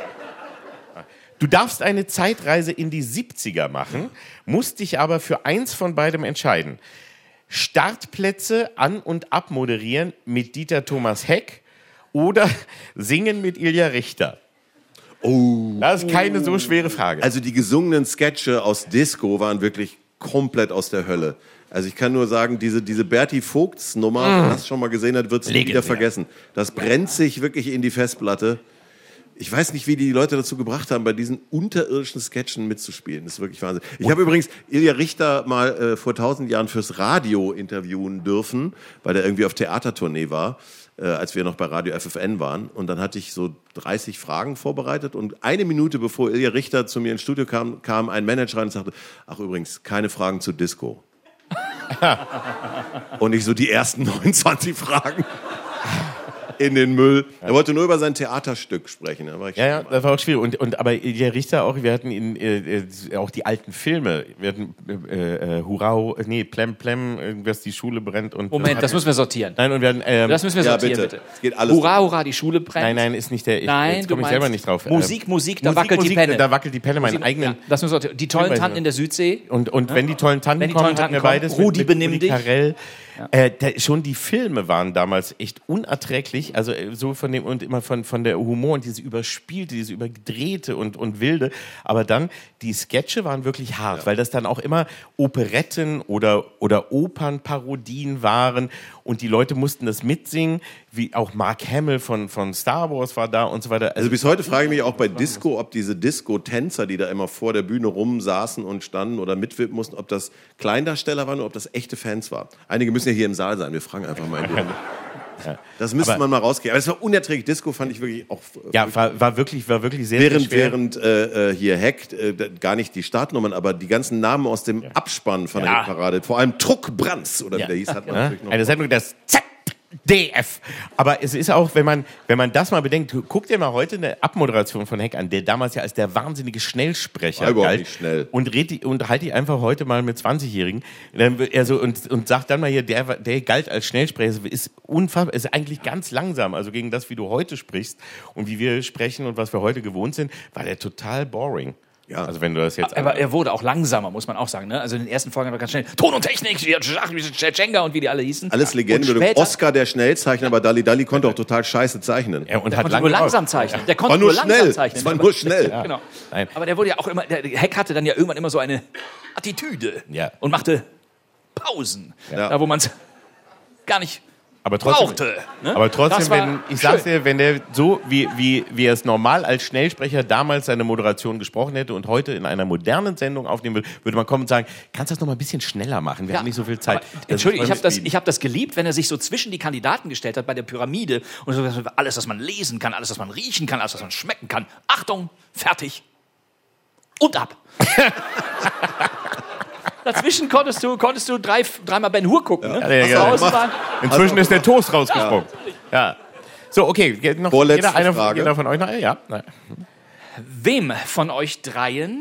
Du darfst eine Zeitreise in die 70er machen, musst dich aber für eins von beidem entscheiden. Startplätze an- und abmoderieren mit Dieter Thomas Heck oder singen mit Ilja Richter. Oh. Das ist keine so schwere Frage. Also die gesungenen Sketche aus Disco waren wirklich komplett aus der Hölle. Also ich kann nur sagen, diese Berti Vogts Nummer, wer das schon mal gesehen hat, wird es nie wieder vergessen. Das brennt sich wirklich in die Festplatte. Ich weiß nicht, wie die Leute dazu gebracht haben, bei diesen unterirdischen Sketchen mitzuspielen. Das ist wirklich Wahnsinn. Ich habe übrigens Ilja Richter mal vor 1000 Jahren fürs Radio interviewen dürfen, weil der irgendwie auf Theatertournee war, als wir noch bei Radio FFN waren. Und dann hatte ich so 30 Fragen vorbereitet. Und eine Minute bevor Ilja Richter zu mir ins Studio kam ein Manager rein und sagte, ach übrigens, keine Fragen zu Disco. Und ich so die ersten 29 Fragen in den Müll. Er wollte nur über sein Theaterstück sprechen. Da war ich Ja, das war auch schwierig. Aber der Richter auch, wir hatten auch die alten Filme. Wir hatten Plem, irgendwas, die Schule brennt. Und Moment, das müssen wir sortieren. Nein, und wir hatten, das müssen wir sortieren, bitte. Es geht alles Hurra, die Schule brennt. Nein, ist nicht der. Nein, jetzt komme ich selber nicht drauf. Musik, da wackelt die Penne. Da wackelt die Penne, meinen eigenen. Ja, das müssen wir sortieren. Die tollen Tanten in der Südsee. Und wenn die tollen Tanten kommen, hatten wir beides. Rudi, benimm dich. Karel. Schon die Filme waren damals echt unerträglich, also so von dem und immer von der Humor und dieses Überspielte, dieses Übergedrehte und Wilde, aber dann die Sketche waren wirklich hart, weil das dann auch immer Operetten oder Opernparodien waren und die Leute mussten das mitsingen, wie auch Mark Hamill von Star Wars war da und so weiter. Also bis heute frage ich mich auch bei Disco, ob diese Disco-Tänzer, die da immer vor der Bühne rumsaßen und standen oder mitwippen mussten, ob das Kleindarsteller waren oder ob das echte Fans waren. Einige müssen ja hier im Saal sein. Wir fragen einfach mal in die Runde. Das müsste man mal rauskriegen. Aber es war unerträglich. Disco fand ich wirklich auch... Ja, war wirklich sehr, sehr schwer. Während hier Hack, gar nicht die Startnummern, aber die ganzen Namen aus dem Abspann von der Hitparade, vor allem Truck Brands, oder wie der hieß, hat man natürlich noch... Eine Sendung, das DF. Aber es ist auch, wenn man das mal bedenkt, guck dir mal heute eine Abmoderation von Heck an, der damals ja als der wahnsinnige Schnellsprecher galt. Nicht schnell. Und halt die einfach heute mal mit 20-Jährigen. Und sagt dann mal hier, der galt als Schnellsprecher, ist unfassbar, ist eigentlich ganz langsam. Also gegen das, wie du heute sprichst und wie wir sprechen und was wir heute gewohnt sind, war der total boring. Ja. Also wenn du das jetzt... Aber er wurde auch langsamer, muss man auch sagen. Ne? Also in den ersten Folgen war ganz schnell Ton und Technik, Jenga und wie die alle hießen. Alles Legende. Oscar der Schnellzeichner, aber Dalli konnte auch total scheiße zeichnen. Ja, und der konnte nur langsam zeichnen. Der konnte nur langsam zeichnen. Es war nur schnell. Ja. Genau. Aber der wurde ja auch immer... Der Heck hatte dann ja irgendwann immer so eine Attitüde und machte Pausen, da wo man es gar nicht... Aber trotzdem, brauchte. Ne? Aber trotzdem, ich sag's dir, wenn der so, wie er es normal als Schnellsprecher damals seine Moderation gesprochen hätte und heute in einer modernen Sendung aufnehmen will, würde man kommen und sagen, kannst du das noch mal ein bisschen schneller machen? Wir haben nicht so viel Zeit. Entschuldigung, ich hab das geliebt, wenn er sich so zwischen die Kandidaten gestellt hat bei der Pyramide und so alles, was man lesen kann, alles, was man riechen kann, alles, was man schmecken kann. Achtung, fertig und ab. Dazwischen konntest du dreimal Ben Hur gucken. Ne? Inzwischen ist der Toast rausgesprungen. Ja. So, okay. Noch jeder von euch noch? Ja. Wem von euch dreien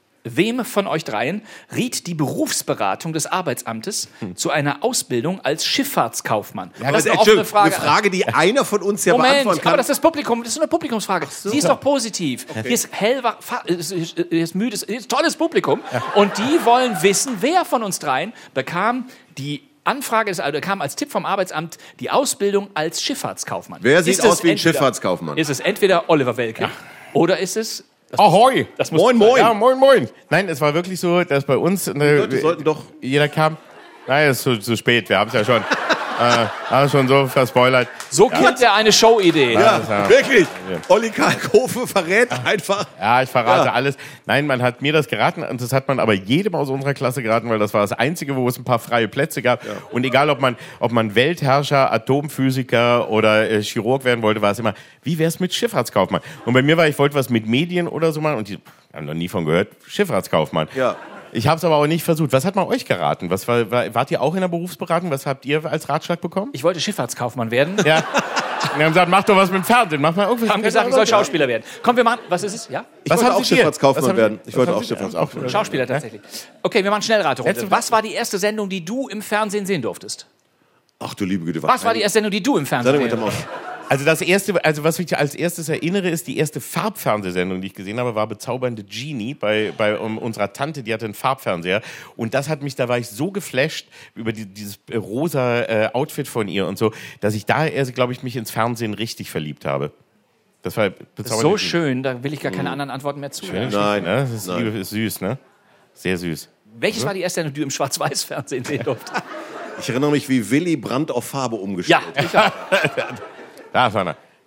riet die Berufsberatung des Arbeitsamtes zu einer Ausbildung als Schifffahrtskaufmann? Ja, das ist eine offene Frage. Eine Frage, die einer von uns ja beantworten kann. Aber das ist das Publikum, das ist eine Publikumsfrage. Sie ist doch positiv. Okay. Hier ist hellwach, ist müdes, ist tolles Publikum. Ja. Und die wollen wissen, wer von uns dreien bekam die Anfrage, kam als Tipp vom Arbeitsamt die Ausbildung als Schifffahrtskaufmann. Wer sieht aus wie ein Schifffahrtskaufmann? Ist es entweder Oliver Welke oder ist es... Ahoi! Moin. Ja, moin. Nein, es war wirklich so, dass bei uns... Die Leute sollten doch... Jeder kam... Nein, es ist zu spät, wir haben es ja schon... haben schon so verspoilert. So kennt er eine Showidee. Ja, wirklich. Olli Kalkofe verrät einfach. Ja, ich verrate alles. Nein, man hat mir das geraten und das hat man aber jedem aus unserer Klasse geraten, weil das war das Einzige, wo es ein paar freie Plätze gab. Ja. Und egal, ob man Weltherrscher, Atomphysiker oder Chirurg werden wollte, war es immer, wie wär's mit Schifffahrtskaufmann? Und bei mir ich wollte was mit Medien oder so machen und die haben noch nie von gehört, Schifffahrtskaufmann. Ja. Ich habe es aber auch nicht versucht. Was hat man euch geraten? Wart ihr auch in der Berufsberatung? Was habt ihr als Ratschlag bekommen? Ich wollte Schifffahrtskaufmann werden. Ja. Und wir haben gesagt, mach doch was mit dem Fernsehen. Mach mal irgendwas. Haben gesagt, ich soll Schauspieler werden. Komm, wir machen, was ist es? Ja? Ich wollte auch Schifffahrtskaufmann werden. Ich wollte auch Schifffahrtskaufmann werden. Schauspieler tatsächlich. Okay, wir machen Schnellraterunde. Was war die erste Sendung, die du im Fernsehen sehen durftest? Ach du liebe Güte. Was war die erste Sendung, die du im Fernsehen sehen durftest? Also was ich als erstes erinnere, ist die erste Farbfernsehsendung, die ich gesehen habe, war Bezaubernde Genie bei unserer Tante, die hatte einen Farbfernseher. Und da war ich so geflasht über dieses rosa Outfit von ihr und so, dass ich da erst, glaube ich, mich ins Fernsehen richtig verliebt habe. Das war so schön, da will ich gar keine anderen Antworten mehr zuhören. Nein. Ne? Das ist süß, ne? Sehr süß. Welches war die erste Sendung, die du im Schwarz-Weiß-Fernsehen sehen durftest? Ich erinnere mich, wie Willy Brandt auf Farbe umgestellt. Ja. Da ist einer.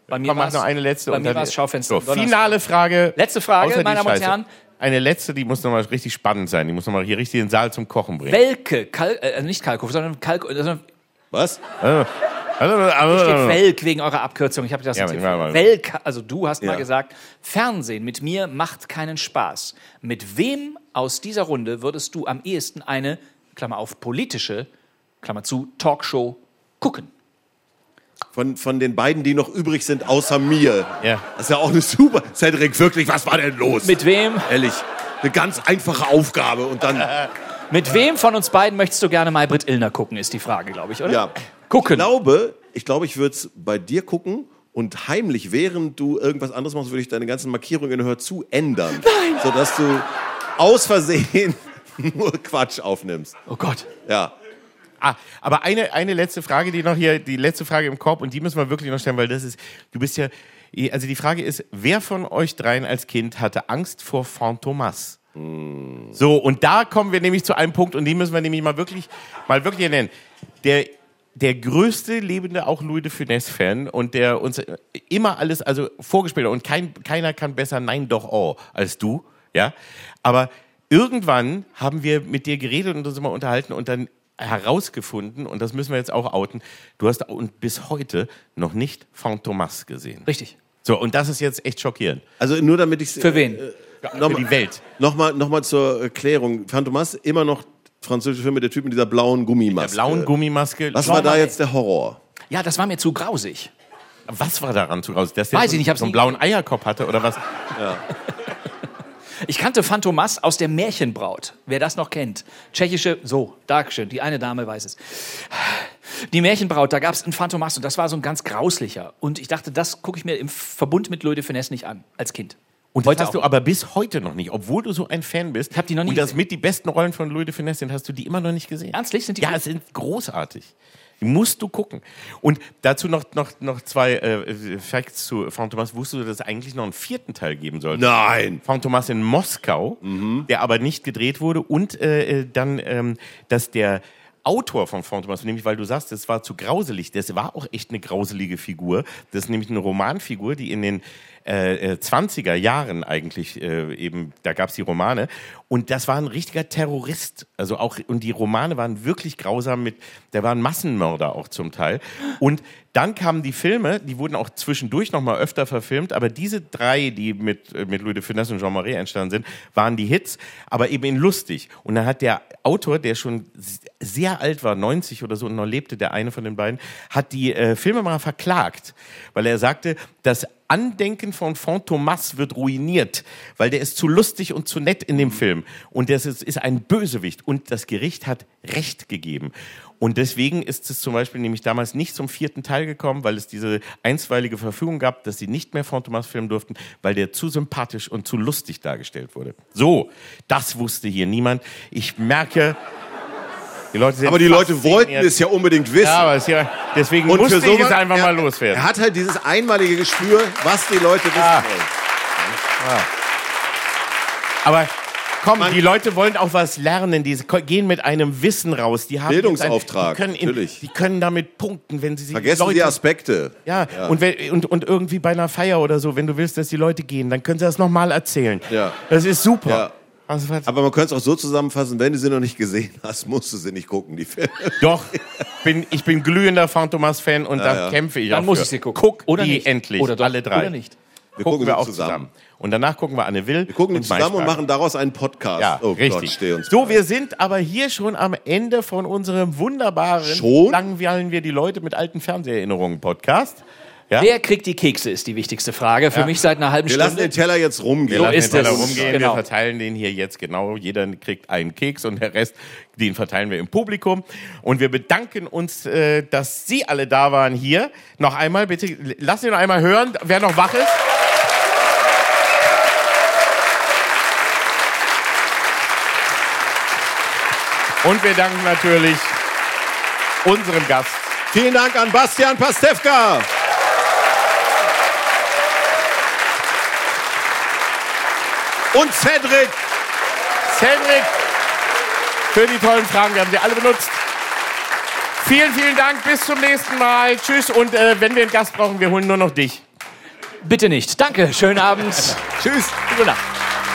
Bei mir Komm, mach war's- noch eine letzte. Bei und mir dann- war es Schaufenster. So, finale Frage. Letzte Frage, Außer die meine Damen und Scheiße. Herren. Eine letzte, die muss nochmal richtig spannend sein. Die muss nochmal hier richtig den Saal zum Kochen bringen. Welke, nicht Kalkofe, sondern Was? steht Welk wegen eurer Abkürzung. Ich habe das Ja, jetzt mal. Welk, also du hast mal Ja. gesagt, Fernsehen mit mir macht keinen Spaß. Mit wem aus dieser Runde würdest du am ehesten eine, Klammer auf, politische, Klammer zu, Talkshow gucken? Von den beiden, die noch übrig sind, außer mir. Ja. Das ist ja auch eine super... Cedric, wirklich, was war denn los? Mit wem? Ehrlich, eine ganz einfache Aufgabe und dann... Mit wem von uns beiden möchtest du gerne Maybrit Illner gucken, ist die Frage, glaube ich, oder? Ja. Gucken. Ich glaube, ich würde es bei dir gucken und heimlich, während du irgendwas anderes machst, würde ich deine ganzen Markierungen in Hör zu ändern. Nein! Sodass du aus Versehen nur Quatsch aufnimmst. Oh Gott. Ja. Aber eine letzte Frage, die letzte Frage im Korb, und die müssen wir wirklich noch stellen, weil du bist ja, also die Frage ist, wer von euch dreien als Kind hatte Angst vor Fantomas? So, und da kommen wir nämlich zu einem Punkt, und den müssen wir nämlich mal wirklich nennen. Der größte lebende, auch Louis de Funès-Fan, und der uns immer alles also vorgespielt hat, und keiner kann besser Nein doch oh als du, ja. Aber irgendwann haben wir mit dir geredet und uns immer unterhalten und dann herausgefunden, und das müssen wir jetzt auch outen, du hast bis heute noch nicht Fantomas gesehen. Richtig. So, und das ist jetzt echt schockierend. Also nur damit ich Für wen? Für die Welt. Nochmal zur Erklärung. Fantomas, immer noch französische Film mit der Typ mit dieser blauen Gummimaske. Der blauen Gummimaske. Was war da jetzt der Horror? Ja, das war mir zu grausig. Was war daran zu Hause? Dass Weiß ich nicht, ich hab's so einen nie- blauen Eierkopf hatte oder was? Ich kannte Fantomas aus der Märchenbraut. Wer das noch kennt. Tschechische, so, Dankeschön, die eine Dame weiß es. Die Märchenbraut, da gab es einen Fantomas und das war so ein ganz grauslicher. Und ich dachte, das gucke ich mir im Verbund mit Louis de Funès nicht an, als Kind. Und das Heute hast du auch. aber bis heute noch nicht, obwohl du so ein Fan bist. Ich hab die noch nie Und das gesehen. mit die besten Rollen von Louis de Funès sind, hast du die immer noch nicht gesehen. Ernstlich? Sind die Ja, gut? es sind großartig. Die musst du gucken. Und dazu noch zwei Facts zu Fantomas. Wusstest du, dass es eigentlich noch einen 4. Teil geben sollte? Nein. Fantomas in Moskau, der aber nicht gedreht wurde. Und dass der Autor von Fantomas, nämlich weil du sagst, das war zu grauselig, das war auch echt eine grauselige Figur. Das ist nämlich eine Romanfigur, die in den 20er Jahren eigentlich eben, da gab es die Romane. Und das war ein richtiger Terrorist. Also auch, und die Romane waren wirklich grausam der waren Massenmörder auch zum Teil. Und dann kamen die Filme, die wurden auch zwischendurch noch mal öfter verfilmt, aber diese 3, die mit Louis de Funès und Jean Marais entstanden sind, waren die Hits, aber eben in lustig. Und dann hat der Autor, der schon sehr alt war, 90 oder so, und noch lebte, der eine von den beiden, hat die Filmemacher verklagt, weil er sagte, das Andenken von Fantomas wird ruiniert, weil der ist zu lustig und zu nett in dem Film. Und das ist ein Bösewicht. Und das Gericht hat Recht gegeben. Und deswegen ist es zum Beispiel nämlich damals nicht zum 4. Teil gekommen, weil es diese einstweilige Verfügung gab, dass sie nicht mehr Fantomas filmen durften, weil der zu sympathisch und zu lustig dargestellt wurde. So, das wusste hier niemand. Ich merke, die Leute sind Aber die Leute fasziniert. wollten es ja unbedingt wissen. Ja, aber deswegen Und musste für ich es sowas- einfach mal loswerden. Er hat halt dieses einmalige Gespür, was die Leute wissen wollen. Aber komm, die Leute wollen auch was lernen. Die gehen mit einem Wissen raus. Die haben Bildungsauftrag, natürlich. Die können damit punkten, wenn sie sich Vergessen die Aspekte. Ja. Und irgendwie bei einer Feier oder so, wenn du willst, dass die Leute gehen, dann können sie das nochmal erzählen. Ja. Das ist super. Ja. Also, Aber man könnte es auch so zusammenfassen, wenn du sie noch nicht gesehen hast, musst du sie nicht gucken, die Filme. doch, ich bin glühender Fantomas-Fan und da ja. kämpfe ich Dann auch muss für. ich sie gucken. Guck Oder die nicht. endlich, Oder doch. alle 3. Oder nicht. Wir Gucken wir sie auch zusammen. Und danach gucken wir Anne Will. Wir gucken die und zusammen und Maischberger. machen daraus einen Podcast. Ja, oh richtig. Gott, steh uns. So, wir sind aber hier schon am Ende von unserem wunderbaren Schon? Langweilen wir die Leute mit alten Fernseherinnerungen Podcast. Ja? Wer kriegt die Kekse, ist die wichtigste Frage. Für mich seit einer halben Wir lassen Stunde. den Teller jetzt rumgehen. So Lassen ist den Teller es. rumgehen, Genau. wir verteilen den hier jetzt genau. Jeder kriegt einen Keks und der Rest, den verteilen wir im Publikum. Und wir bedanken uns, dass Sie alle da waren hier. Noch einmal, bitte, lasst ihn noch einmal hören, wer noch wach ist. Und wir danken natürlich unserem Gast. Vielen Dank an Bastian Pastewka. Und Cedric. Für die tollen Fragen, wir haben sie alle benutzt. Vielen, vielen Dank, bis zum nächsten Mal. Tschüss und wenn wir einen Gast brauchen, wir holen nur noch dich. Bitte nicht. Danke, schönen Abend. Tschüss. Gute Nacht.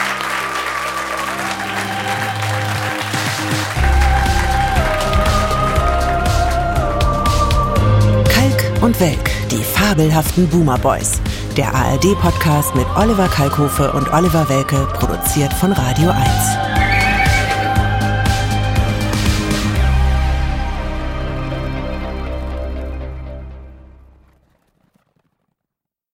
Kalk und Welk, die fabelhaften Boomer Boys. Der ARD-Podcast mit Oliver Kalkofe und Oliver Welke, produziert von Radio 1.